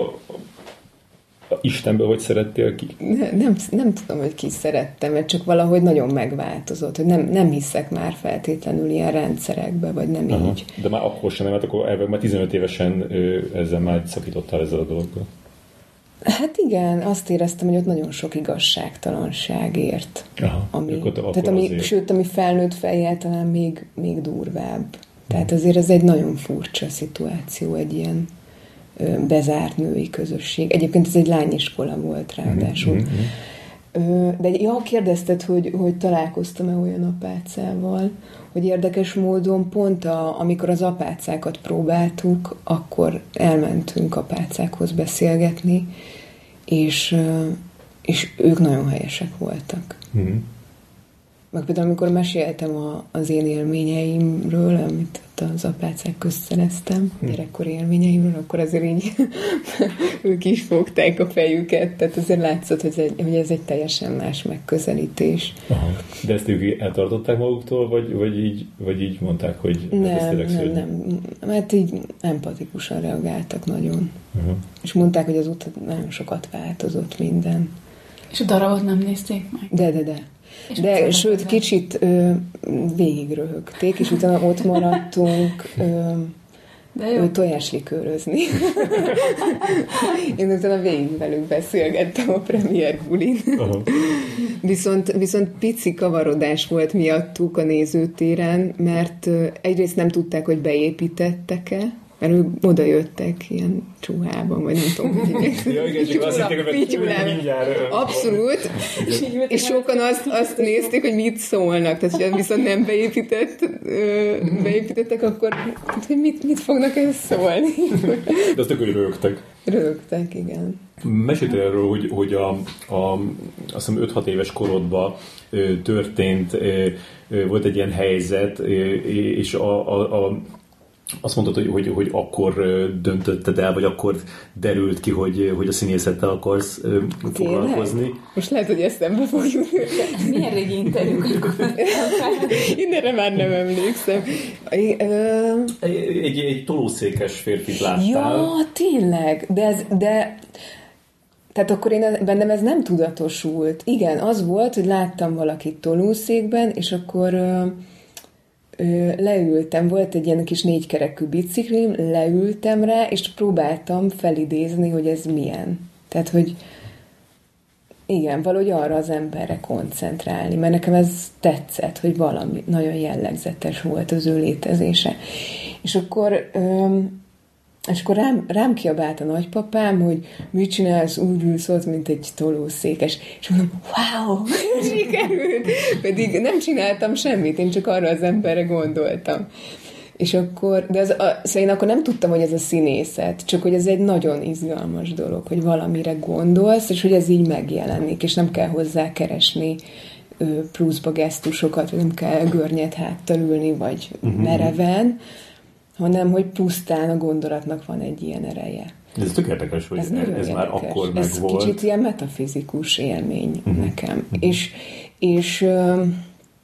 a Istenből hogy szerettél ki? Ne, nem, nem tudom, hogy ki szerettem, mert csak valahogy nagyon megváltozott, hogy nem, nem hiszek már feltétlenül ilyen rendszerekbe, vagy nem aha. így. De már akkor sem, mert akkor elveg már tizenöt évesen ezzel már szakítottál ezzel a dologgal. Hát igen, azt éreztem, hogy ott nagyon sok igazságtalanság ért. Aha, ami, akkor, tehát ami, sőt, ami felnőtt fejjel talán még, még durvább. Tehát azért ez egy nagyon furcsa szituáció, egy ilyen ö, bezárt női közösség. Egyébként ez egy lányiskola volt ráadásul. Mm-hmm. Ö, de ja, kérdezted, hogy, hogy találkoztam-e olyan apácával, hogy érdekes módon pont a, amikor az apácákat próbáltuk, akkor elmentünk apácákhoz beszélgetni, és, és ők nagyon helyesek voltak. Mm. Meg például amikor meséltem a, az én élményeimről, amit az apácák közt szereztem, mm. gyerekkori élményeimről, akkor azért így ők is fogták a fejüket, tehát azért látszott, hogy ez egy, hogy ez egy teljesen más megközelítés. Aha. De ezt ők eltartották maguktól, vagy, vagy, így, vagy így mondták, hogy nem, ez tényleg nem, szörnyű? Nem, mert így empatikusan reagáltak nagyon. Uh-huh. És mondták, hogy az után nagyon sokat változott minden. És a darabot nem nézték meg? De, de, de. És de sőt, el? kicsit ö, végigröhögték, és utána ott maradtunk ö, tojáslikőrözni. Én utána végig velük beszélgettem a premier bulin. viszont, viszont pici kavarodás volt miattuk a nézőtéren, mert ö, egyrészt nem tudták, hogy beépítettek-e, mert ők oda jöttek ilyen csuhában, vagy nem tudom, hogy ja, igen, csak azt hitték, hogy mindjárt. Abszolút. És sokan azt, azt nézték, hogy mit szólnak. Tehát, hogy viszont nem beépített, beépítettek, akkor hogy mit, mit fognak ezt szólni. De azt hogy rögtek. Rögtek, igen. Meséltél erről, hogy, hogy a, a, azt hiszem öt-hat éves korodban történt, volt egy ilyen helyzet, és a, a, a azt mondtad, hogy, hogy, hogy akkor döntötted el, vagy akkor derült ki, hogy, hogy a színészettel akarsz foglalkozni. Most lehet, hogy eszembe fog jutni. Milyen régi interjúkat? Én erre már nem emlékszem. Egy, egy, egy tolószékes férfit láttál. Ja, tényleg. De, ez, de tehát akkor én, bennem ez nem tudatosult. Igen, az volt, hogy láttam valakit tolószékben, és akkor leültem, volt egy ilyen kis négykerekű biciklim, leültem rá, és próbáltam felidézni, hogy ez milyen. Tehát, hogy igen, valahogy arra az emberre koncentrálni, mert nekem ez tetszett, hogy valami nagyon jellegzetes volt az ő létezése. És akkor, és akkor rám, rám kiabált a nagypapám, hogy mit csinálsz, úgy ülsz ott, mint egy tolószékes. És mondom, wow, sikerült! Pedig nem csináltam semmit, én csak arra az emberre gondoltam. És akkor, de az, a, szóval én akkor nem tudtam, hogy ez a színészet, csak hogy ez egy nagyon izgalmas dolog, hogy valamire gondolsz, és hogy ez így megjelenik, és nem kell hozzá keresni pluszba gesztusokat, vagy nem kell görnyed háttal ülni, vagy uh-huh. mereven, hanem hogy pusztán a gondolatnak van egy ilyen ereje. Ez tök érdekes, hogy ez, ez, ez érdekes. Már akkor meg ez volt. Ez kicsit ilyen metafizikus élmény uh-huh. nekem. Uh-huh. És, és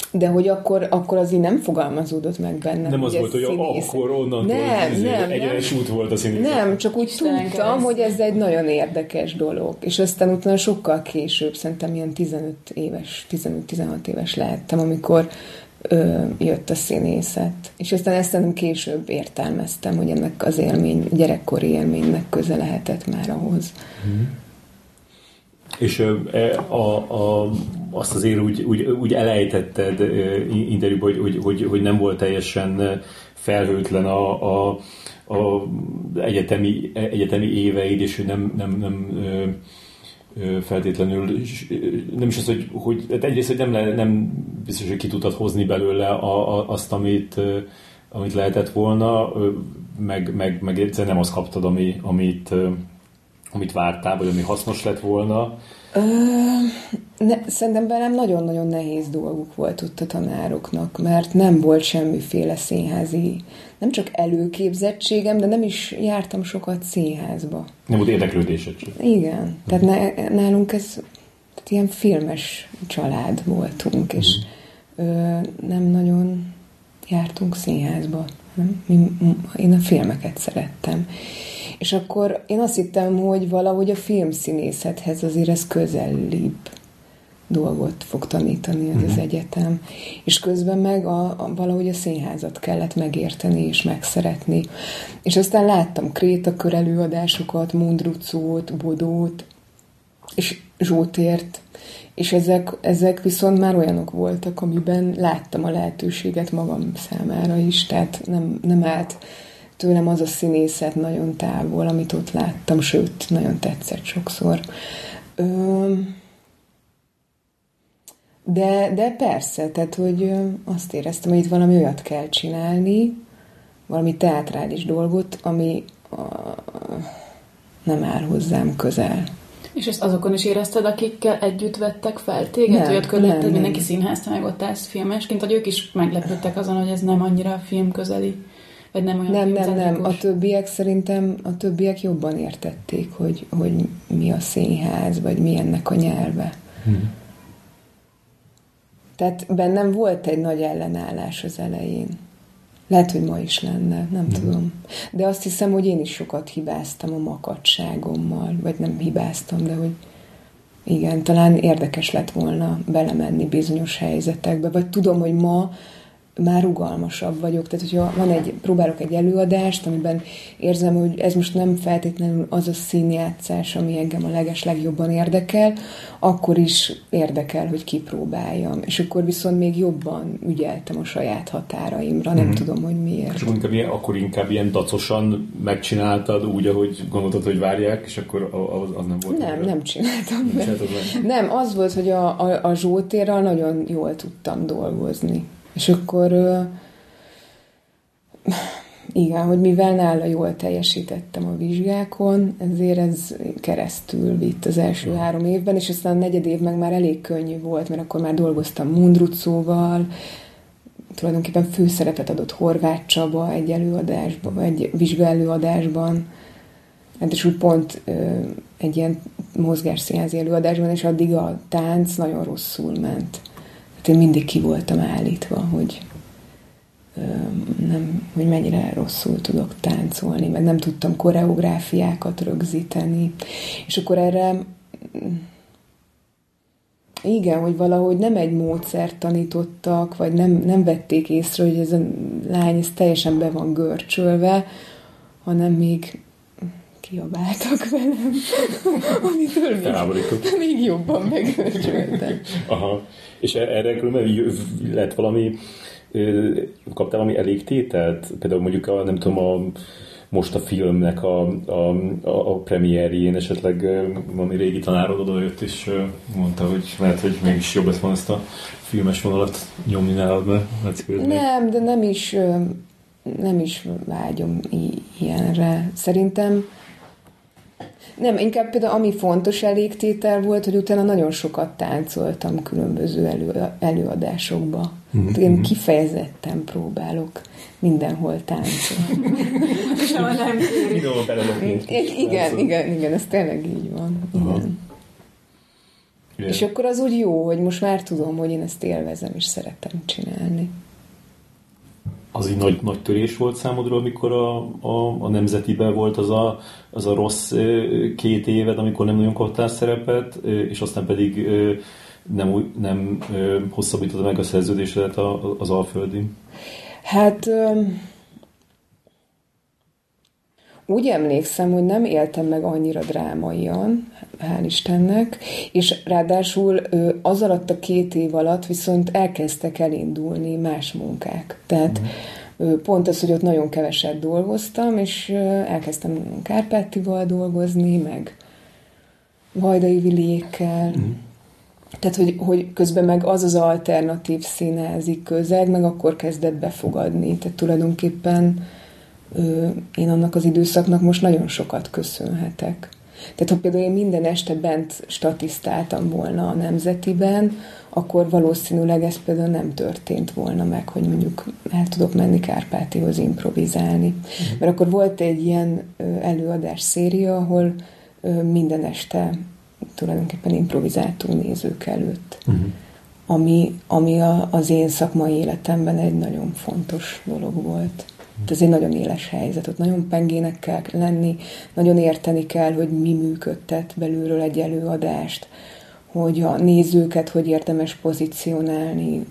de hogy akkor, akkor az így nem fogalmazódott meg bennem. Nem az volt, hogy színész. Akkor onnantól nem, nem, egyenes út volt a színész. Nem, csak úgy Isten tudtam, kereszt. Hogy ez egy nagyon érdekes dolog. És aztán utána sokkal később, szerintem ilyen tizenöt éves, tizenöt-tizenhat éves lehettem, amikor ö, jött a színészet. És aztán ezt nem később értelmeztem, hogy ennek az élmény, gyerekkori élménynek köze lehetett már ahhoz. Hmm. És a, a, azt azért úgy, úgy, úgy elejtetted interjúban, hogy, hogy, hogy, hogy nem volt teljesen felhőtlen a, a, a egyetemi, egyetemi éveid, és hogy nem, nem, nem feltétlenül, nem is az, hogy, hogy egyrészt, hogy nem, le, nem biztos, hogy ki tudtad hozni belőle a, a, azt, amit, amit lehetett volna, meg, meg, meg egyszer nem azt kaptad, ami, amit amit vártál, vagy ami hasznos lett volna? Ö, ne, szerintem velem nagyon-nagyon nehéz dolguk volt ott a tanároknak, mert nem volt semmiféle színházi, nem csak előképzettségem, de nem is jártam sokat színházba. Nem volt érdeklődésed sem. Igen. Hmm. Tehát ne, nálunk ez tehát ilyen filmes család voltunk, és hmm. ö, nem nagyon jártunk színházba. Nem? Én a filmeket szerettem. És akkor én azt hittem, hogy valahogy a filmszínészethez azért ez közelibb dolgot fog tanítani ez uh-huh. az egyetem. És közben meg a, a, valahogy a színházat kellett megérteni és megszeretni. És aztán láttam Krétakör előadásokat, Mundruczót, Bodót, és Zsótért, és ezek, ezek viszont már olyanok voltak, amiben láttam a lehetőséget magam számára is, tehát nem, nem állt tőlem az a színészet nagyon távol, amit ott láttam, sőt, nagyon tetszett sokszor. De, de persze, tehát, hogy azt éreztem, hogy itt valami olyat kell csinálni, valami teátrális dolgot, ami nem áll hozzám közel. És ezt azokon is érezted, akikkel együtt vettek fel téged? Olyat körülötted, mindenki színházta, meg ott állsz filmesként, hogy ők is meglepődtek azon, hogy ez nem annyira filmközeli? Vagy nem olyan nem, nem, nem. A többiek szerintem, a többiek jobban értették, hogy, hogy mi a színház, vagy mi ennek a nyelve. Hmm. Tehát bennem volt egy nagy ellenállás az elején. Lehet, hogy ma is lenne, nem hmm. tudom. De azt hiszem, hogy én is sokat hibáztam a makadságommal, vagy nem hibáztam, de hogy igen, talán érdekes lett volna belemenni bizonyos helyzetekbe, vagy tudom, hogy ma már rugalmasabb vagyok. Tehát, hogyha van egy, próbálok egy előadást, amiben érzem, hogy ez most nem feltétlenül az a színjátszás, ami engem a leges legjobban érdekel, akkor is érdekel, hogy kipróbáljam. És akkor viszont még jobban ügyeltem a saját határaimra. Nem mm-hmm. tudom, hogy miért. És inkább ilyen, akkor inkább ilyen dacosan megcsináltad úgy, ahogy gondoltad, hogy várják, és akkor az, az nem volt? Nem, nem, nem csináltam be. Nem, az volt, hogy a, a, a Zsótérral nagyon jól tudtam dolgozni. És akkor igen, hogy mivel nála jól teljesítettem a vizsgákon, ezért ez keresztül vitt az első három évben, és aztán a negyed év meg már elég könnyű volt, mert akkor már dolgoztam Mundruczóval, tulajdonképpen főszerepet adott Horváth Csaba egy előadásban, egy vizsgaelőadásban, hát és úgy pont egy ilyen mozgásszínházi előadásban, és addig a tánc nagyon rosszul ment. Hát én mindig ki voltam állítva, hogy, nem, hogy mennyire rosszul tudok táncolni, meg nem tudtam koreográfiákat rögzíteni. És akkor erre igen, hogy valahogy nem egy módszert tanítottak, vagy nem, nem vették észre, hogy ez a lány ez teljesen be van görcsölve, hanem még kiabáltak velem, amitől még, még jobban megörcsöltem. Aha. És erre különben lett valami, kaptál valami elégtételt? Például mondjuk a, nem tudom, a, most a filmnek a, a, a, a premierjén esetleg valami régi tanárod odajött, és mondta, hogy lehet, hogy mégis jobb lesz van ezt a filmes vonalat nyomni nálad be. Nem, de nem is, nem is vágyom ilyenre. Szerintem nem, inkább például ami fontos elégtétel volt, hogy utána nagyon sokat táncoltam különböző elő, előadásokba. Mm-hmm. Én kifejezetten próbálok mindenhol táncolni. Mindenhol belelökni. Igen, igen, igen, ez tényleg így van. Igen. Igen. És akkor az úgy jó, hogy most már tudom, hogy én ezt élvezem, és szeretem csinálni. Az így nagy, nagy törés volt számodra, amikor a, a, a Nemzetiben volt az a, az a rossz két éved, amikor nem nagyon kaptál szerepet, és aztán pedig nem, nem hosszabbította meg a szerződésedet az Alföldin? Hát úgy emlékszem, hogy nem éltem meg annyira drámaian, hál' Istennek, és ráadásul az alatt a két év alatt viszont elkezdtek elindulni más munkák. Tehát mm. pont az, hogy ott nagyon keveset dolgoztam, és elkezdtem Kárpátival dolgozni, meg Vajdai Vilékkel. Mm. Tehát, hogy, hogy közben meg az az alternatív színházi közeg, meg akkor kezdett befogadni. Tehát tulajdonképpen én annak az időszaknak most nagyon sokat köszönhetek. Tehát ha például én minden este bent statisztáltam volna a Nemzetiben, akkor valószínűleg ez például nem történt volna meg, hogy mondjuk el tudok menni Kárpátihoz improvizálni. Mm. Mert akkor volt egy ilyen előadás széria, ahol minden este tulajdonképpen improvizáltunk nézők előtt. Mm. Ami, ami a, az én szakmai életemben egy nagyon fontos dolog volt. Ez egy nagyon éles helyzet, ott nagyon pengének kell lenni, nagyon érteni kell, hogy mi működtet belülről egy előadást, hogy a nézőket hogy érdemes pozícionálni.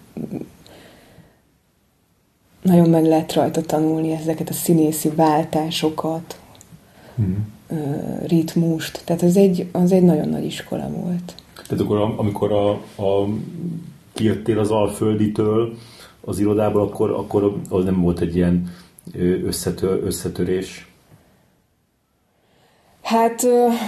Nagyon meg lehet rajta tanulni ezeket a színészi váltásokat, mm. ritmust. Tehát ez egy, az egy nagyon nagy iskola volt. Tehát akkor amikor a, a, kijöttél az Alfölditől az irodából, akkor, akkor az nem volt egy ilyen Összetör, összetörés? Hát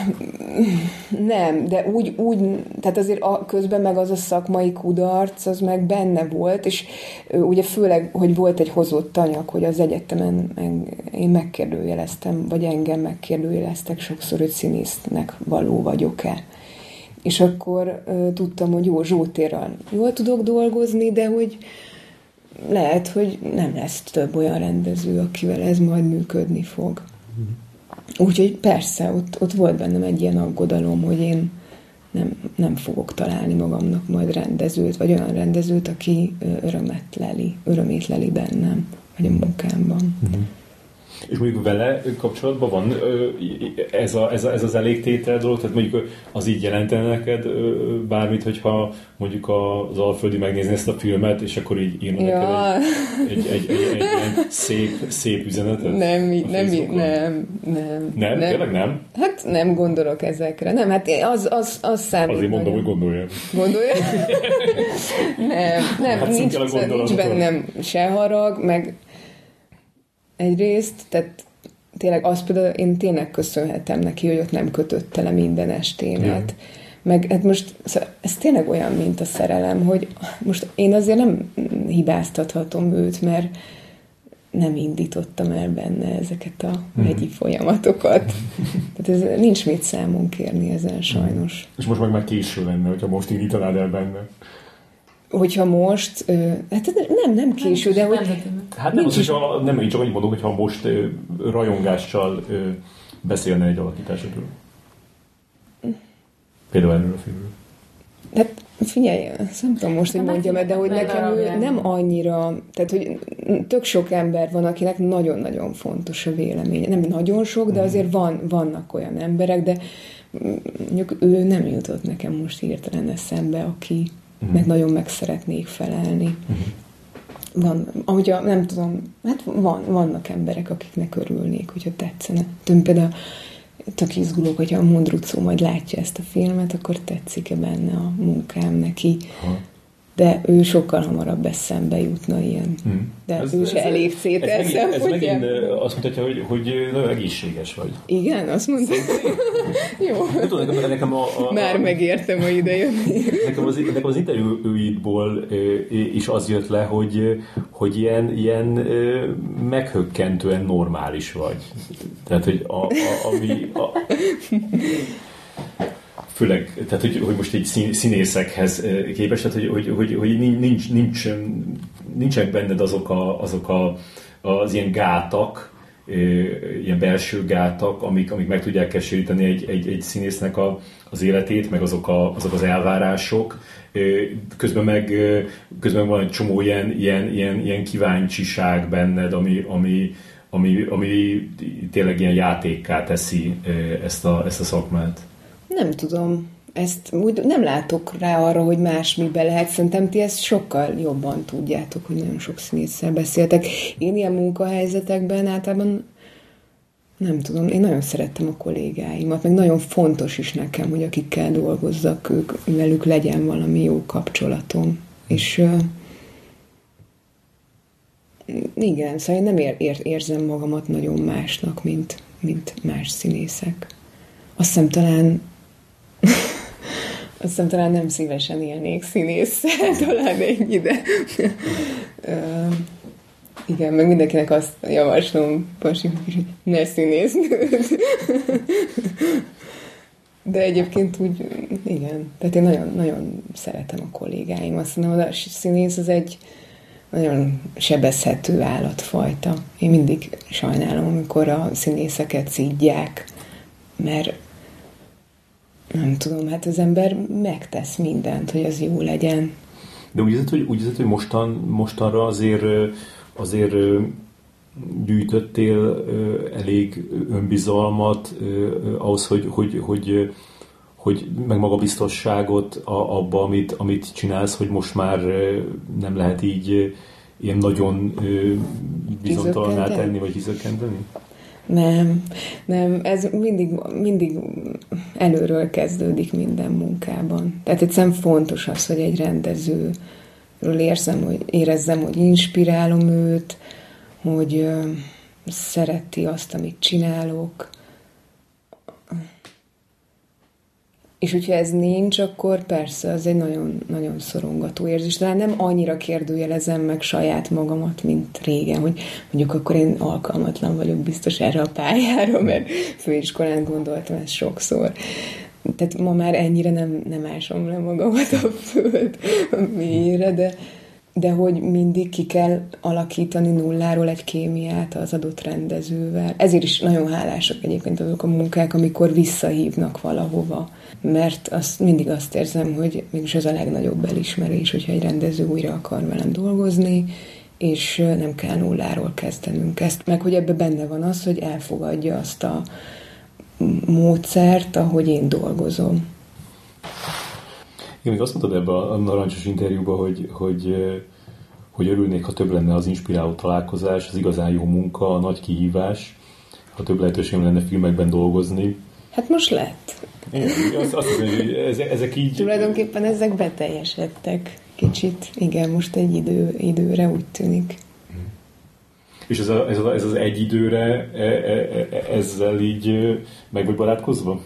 nem, de úgy, úgy tehát azért a, közben meg az a szakmai kudarc, az meg benne volt, és ugye főleg, hogy volt egy hozott anyag, hogy az egyetemen én megkérdőjeleztem, vagy engem megkérdőjeleztek sokszor, hogy színésznek való vagyok-e. És akkor tudtam, hogy jó, Zsótérral jól tudok dolgozni, de hogy lehet, hogy nem lesz több olyan rendező, akivel ez majd működni fog. Úgyhogy persze, ott, ott volt bennem egy ilyen aggodalom, hogy én nem, nem fogok találni magamnak majd rendezőt, vagy olyan rendezőt, aki örömet leli, örömét leli bennem, vagy a munkámban. Uh-huh. És mondjuk vele kapcsolatban van ez, a, ez, a, ez az elégtétel dolog? Tehát mondjuk az így jelentene neked bármit, hogyha mondjuk az Alföldi megnézni ezt a filmet, és akkor így írna ja. neked egy, egy, egy, egy, egy ilyen szép, szép üzenetet? Nem, nem, nem, nem. Nem? Nem? Tényleg nem? Hát nem gondolok ezekre. Nem, hát az, az, az számít. Azért mondom, hogy gondolja. Gondolja? nem, nem, hát nincs, nincs bennem se harag, meg egyrészt, tehát tényleg azt például én tényleg köszönhetem neki, hogy ott nem kötötte le minden estémet. Ja. Meg hát most ez tényleg olyan, mint a szerelem, hogy most én azért nem hibáztathatom őt, mert nem indítottam el benne ezeket a megyi folyamatokat. Tehát ez, nincs mit számon kérni ezen sajnos. És most meg már késő lenne, hogyha most indítanád el benne. Hogyha most, hát nem, nem késő, de hogy... Hát nem, az, is, a, nem én csak annyit mondom, hogyha most rajongással beszélne egy alakításodról. Például erről a filmről. Hát figyelj, nem tudom most, hogy mondjam, de hogy nekem ő nem annyira, tehát hogy tök sok ember van, akinek nagyon-nagyon fontos a véleménye. Nem nagyon sok, de azért van, vannak olyan emberek, de mondjuk ő nem jutott nekem most hirtelen eszembe, aki Uh-huh. meg nagyon meg szeretnék felelni. Uh-huh. Van, ahogy a, nem tudom, hát van, vannak emberek, akiknek örülnék, hogyha tetszene. Tőlem például tök izgulok, hogyha a Mondruczó majd látja ezt a filmet, akkor tetszik-e benne a munkám neki. Ha. De ő sokkal hamarabb eszembe jutna ilyen. Hmm. De ez, ő se elég szétel szempontjából. Ez megint azt mutatja, hogy, hogy nagyon egészséges vagy. Igen, azt mondta. Jó. Tudom, nekem, nekem a, a, Már megértem, hogy ide jönni. Nekem az, nekem az interjúidból is az jött le, hogy, hogy ilyen, ilyen meghökkentően normális vagy. Tehát, hogy a, a, ami... A, főleg, tehát hogy, hogy most egy színészekhez képest, tehát hogy, hogy, hogy, hogy nincs, nincs, nincsenek benned azok, a, azok a, az ilyen gátak, ilyen belső gátak, amik, amik meg tudják keseríteni egy, egy, egy színésznek a, az életét, meg azok, a, azok az elvárások. Közben meg közben van egy csomó ilyen, ilyen, ilyen, ilyen kíváncsiság benned, ami, ami, ami, ami tényleg ilyen játékká teszi ezt a, ezt a szakmát. Nem tudom. Ezt úgy nem látok rá arra, hogy másmibe lehet. Szerintem ti ezt sokkal jobban tudjátok, hogy nagyon sok színésszel beszéltek. Én ilyen munkahelyzetekben általában nem tudom, én nagyon szerettem a kollégáimat, meg nagyon fontos is nekem, hogy akikkel dolgozzak, ők, velük legyen valami jó kapcsolatom. És uh, igen, szóval én nem ér, ér, érzem magamat nagyon másnak, mint, mint más színészek. Azt hiszem talán Azt hiszem, talán nem szívesen élnék színésszel, talán ennyi, de uh, igen, meg mindenkinek azt javaslom, Pasi, hogy ne színésznőd. De egyébként úgy, igen, tehát én nagyon, nagyon szeretem a kollégáim. Azt mondom, hogy a színész az egy nagyon sebezhető állatfajta. Én mindig sajnálom, amikor a színészeket szídják, mert nem tudom, hát az ember megtesz mindent, hogy az jó legyen. De úgy érzed, hogy, úgy érzed, hogy mostan, mostanra azért, azért gyűjtöttél elég önbizalmat ahhoz, hogy, hogy, hogy, hogy meg magabiztosságot abba, amit, amit csinálsz, hogy most már nem lehet így ilyen nagyon bizonytalanná tenni, vagy hizökkenteni? Nem, nem, ez mindig, mindig előről kezdődik minden munkában. Tehát egyszerűen fontos az, hogy egy rendezőről érzem, hogy, érezzem, hogy inspirálom őt, hogy ö, szereti azt, amit csinálok. És hogyha ez nincs, akkor persze az egy nagyon, nagyon szorongató érzés. Talán nem annyira kérdőjelezem meg saját magamat, mint régen, hogy mondjuk akkor én alkalmatlan vagyok biztos erre a pályára, mert főiskolán gondoltam ezt sokszor. Tehát ma már ennyire nem, nem ásom le magamat a föld mélyére, de, de hogy mindig ki kell alakítani nulláról egy kémiát az adott rendezővel. Ezért is nagyon hálásak egyébként azok a munkák, amikor visszahívnak valahova. Mert azt, mindig azt érzem, hogy mégis ez a legnagyobb elismerés, hogyha egy rendező újra akar velem dolgozni, és nem kell nulláról kezdenünk ezt. Meg hogy ebben benne van az, hogy elfogadja azt a módszert, ahogy én dolgozom. Igen, még azt mondtad ebben a narancsos interjúban, hogy, hogy, hogy örülnék, ha több lenne az inspiráló találkozás, az igazán jó munka, a nagy kihívás, ha több lehetőségem lenne filmekben dolgozni. Hát most lett. Igen, azt, azt hiszem, hogy ezek így... Tulajdonképpen ezek beteljesedtek kicsit. Igen, most egy idő, időre úgy tűnik. És ez, a, ez, a, ez az egy időre, e, e, ezzel így meg vagy barátkozva?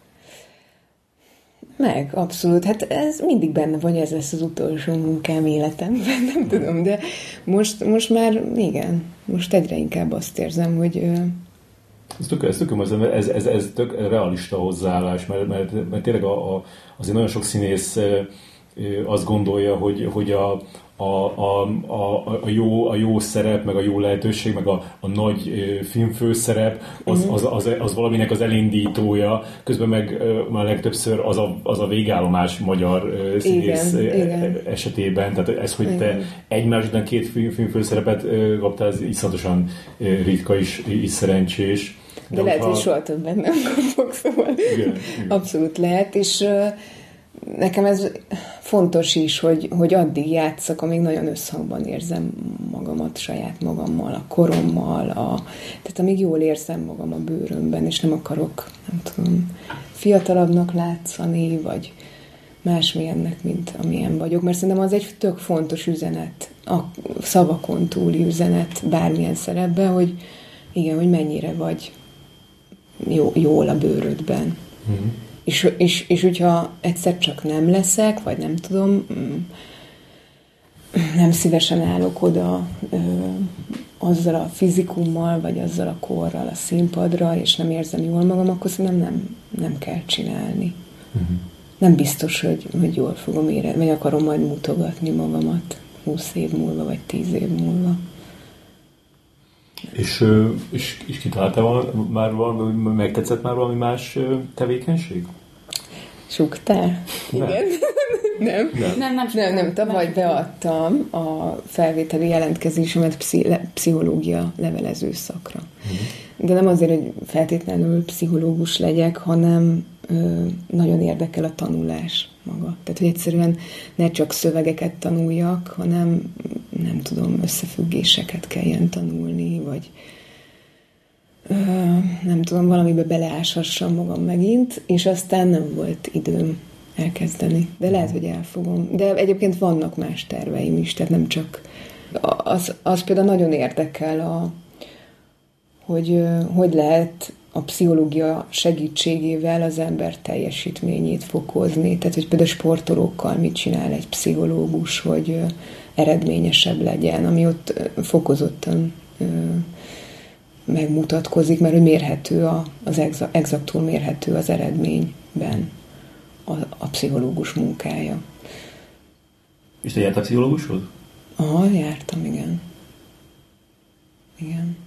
Meg, abszolút. Hát ez mindig benne van, hogy ez lesz az utolsó munkám életemben, nem tudom, de most, most már igen, most egyre inkább azt érzem, hogy... Ez tök, ez, tök, ez, ez, ez tök realista hozzáállás, mert, mert, mert tényleg a, a, azért nagyon sok színész azt gondolja, hogy, hogy a, a, a, a, a, jó, a jó szerep, meg a jó lehetőség, meg a, a nagy filmfőszerep, az, az, az, az valaminek az elindítója, közben meg már legtöbbször az a, az a végállomás magyar színész igen, igen. esetében. Tehát ez, hogy igen. te egymás után két filmfőszerepet kaptál, ez iszonyatosan ritka és, és szerencsés. De, De lehet, ha... hogy soha többen nem kapok, szóval igen, igen. abszolút lehet, és nekem ez fontos is, hogy, hogy addig játszak, amíg nagyon összhangban érzem magamat saját magammal, a korommal, a, tehát amíg jól érzem magam a bőrömben, és nem akarok, nem tudom, fiatalabbnak látszani, vagy másmilyennek, mint amilyen vagyok, mert szerintem az egy tök fontos üzenet, a szavakon túli üzenet bármilyen szerepben, hogy igen, hogy mennyire vagy jó, jól a bőrödben. Mm. És, és, és hogyha egyszer csak nem leszek, vagy nem tudom, nem szívesen állok oda ö, azzal a fizikummal, vagy azzal a korral a színpadra, és nem érzem jól magam, akkor szerintem nem, nem kell csinálni. Uh-huh. Nem biztos, hogy, hogy jól fogom érezni, vagy akarom majd mutogatni magamat húsz év múlva, vagy tíz év múlva. És, és, és kitaláltál már valami, megtetszett már valami más tevékenység? Suktál? Igen. Nem. Nem, nem, nem, nem, nem. Tavaly beadtam a felvételi jelentkezésemet pszi, le, pszichológia levelező szakra. Mm. De nem azért, hogy feltétlenül pszichológus legyek, hanem ö, nagyon érdekel a tanulás maga. Tehát, hogy egyszerűen ne csak szövegeket tanuljak, hanem nem tudom, összefüggéseket kelljen tanulni, vagy ö, nem tudom, valamibe beleáshassam magam megint, és aztán nem volt időm elkezdeni. De lehet, hogy elfogom. De egyébként vannak más terveim is, tehát nem csak... Az, az például nagyon érdekel, a, hogy hogy lehet a pszichológia segítségével az ember teljesítményét fokozni. Tehát, hogy például sportolókkal mit csinál egy pszichológus, hogy eredményesebb legyen, ami ott fokozottan megmutatkozik, mert hogy mérhető, a, az exa, exaktul mérhető az eredményben a, a pszichológus munkája. És te jártál pszichológushoz? Aha, jártam, igen. Igen.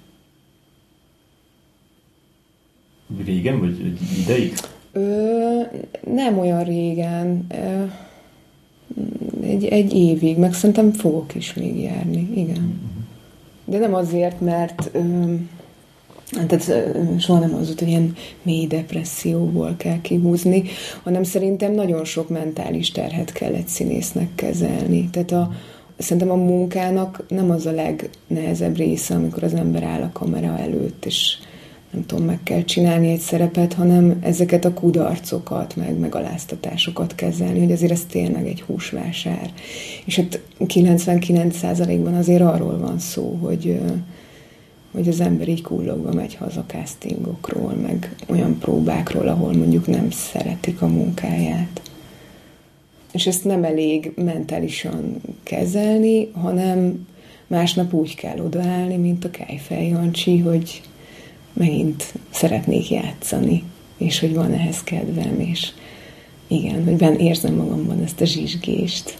Régen, vagy egy ideig? Ö, nem olyan régen. Ö, egy, egy évig, meg szerintem fogok is még járni, igen. De nem azért, mert ö, tehát soha nem az volt, hogy ilyen mély depresszióból kell kihúzni, hanem szerintem nagyon sok mentális terhet kell egy színésznek kezelni. Tehát a, szerintem a munkának nem az a legnehezebb része, amikor az ember áll a kamera előtt, és nem tudom, meg kell csinálni egy szerepet, hanem ezeket a kudarcokat, meg megaláztatásokat kezelni, hogy azért ez tényleg egy húsvásár. És hát kilencvenkilenc százalékban azért arról van szó, hogy, hogy az ember így kullogva megy haza castingokról, meg olyan próbákról, ahol mondjuk nem szeretik a munkáját. És ezt nem elég mentálisan kezelni, hanem másnap úgy kell odaállni, mint a Kejfej Jancsi, hogy megint szeretnék játszani, és hogy van ehhez kedvem, és igen, hogy ben érzem magamban ezt a zsizsgést.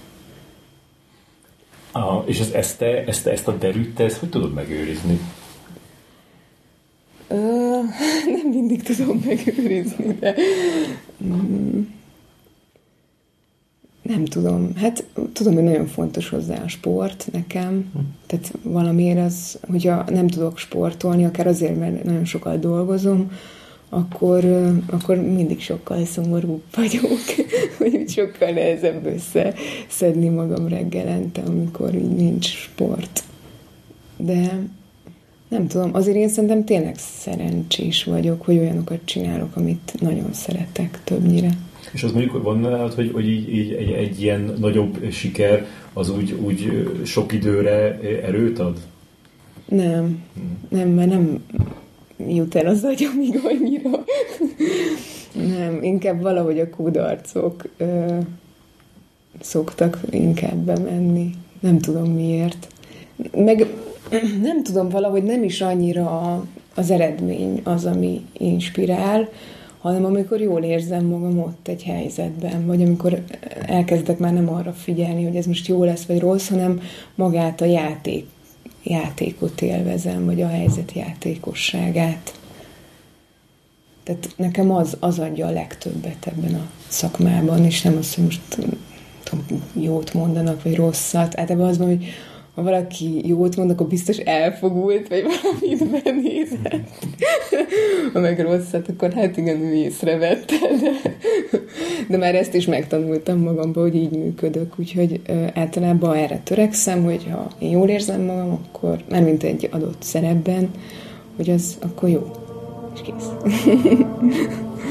Ah, és ez, ezt, te, ezt, ezt a derűt, te ezt hogy tudod megőrizni? Ö, nem mindig tudom megőrizni, de mm, nem tudom. Hát tudom, hogy nagyon fontos hozzá a sport nekem. Hm. Tehát valamiért az, hogyha nem tudok sportolni, akár azért, mert nagyon sokat dolgozom, akkor, akkor mindig sokkal szomorúbb vagyok, hogy sokkal nehezebb összeszedni magam reggelente, amikor így nincs sport. De nem tudom, azért én szerintem tényleg szerencsés vagyok, hogy olyanokat csinálok, amit nagyon szeretek többnyire. És az mondjuk van nálad, hogy, hogy így, így egy, egy ilyen nagyobb siker az úgy, úgy sok időre erőt ad? Nem. Hmm. Nem, mert nem jut el az agyamig annyira. Nem, inkább valahogy a kudarcok ö, szoktak inkább bemenni. Nem tudom miért. Meg nem tudom, valahogy nem is annyira az eredmény az, ami inspirál, hanem amikor jól érzem magam ott egy helyzetben, vagy amikor elkezdek már nem arra figyelni, hogy ez most jó lesz, vagy rossz, hanem magát a játék, játékot élvezem, vagy a helyzet játékosságát. Tehát nekem az, az adja a legtöbbet ebben a szakmában, és nem az, hogy most tudom, jót mondanak, vagy rosszat. Általában az van, hogy ha valaki jót mond, akkor biztos elfogult, vagy valamit benézett. Ha meg rosszat, akkor hát igen, ő észrevette, de, de már ezt is megtanultam magamba, hogy így működök, úgyhogy általában erre törekszem, hogy ha én jól érzem magam, akkor már mint egy adott szerepben, hogy az akkor jó, és kész.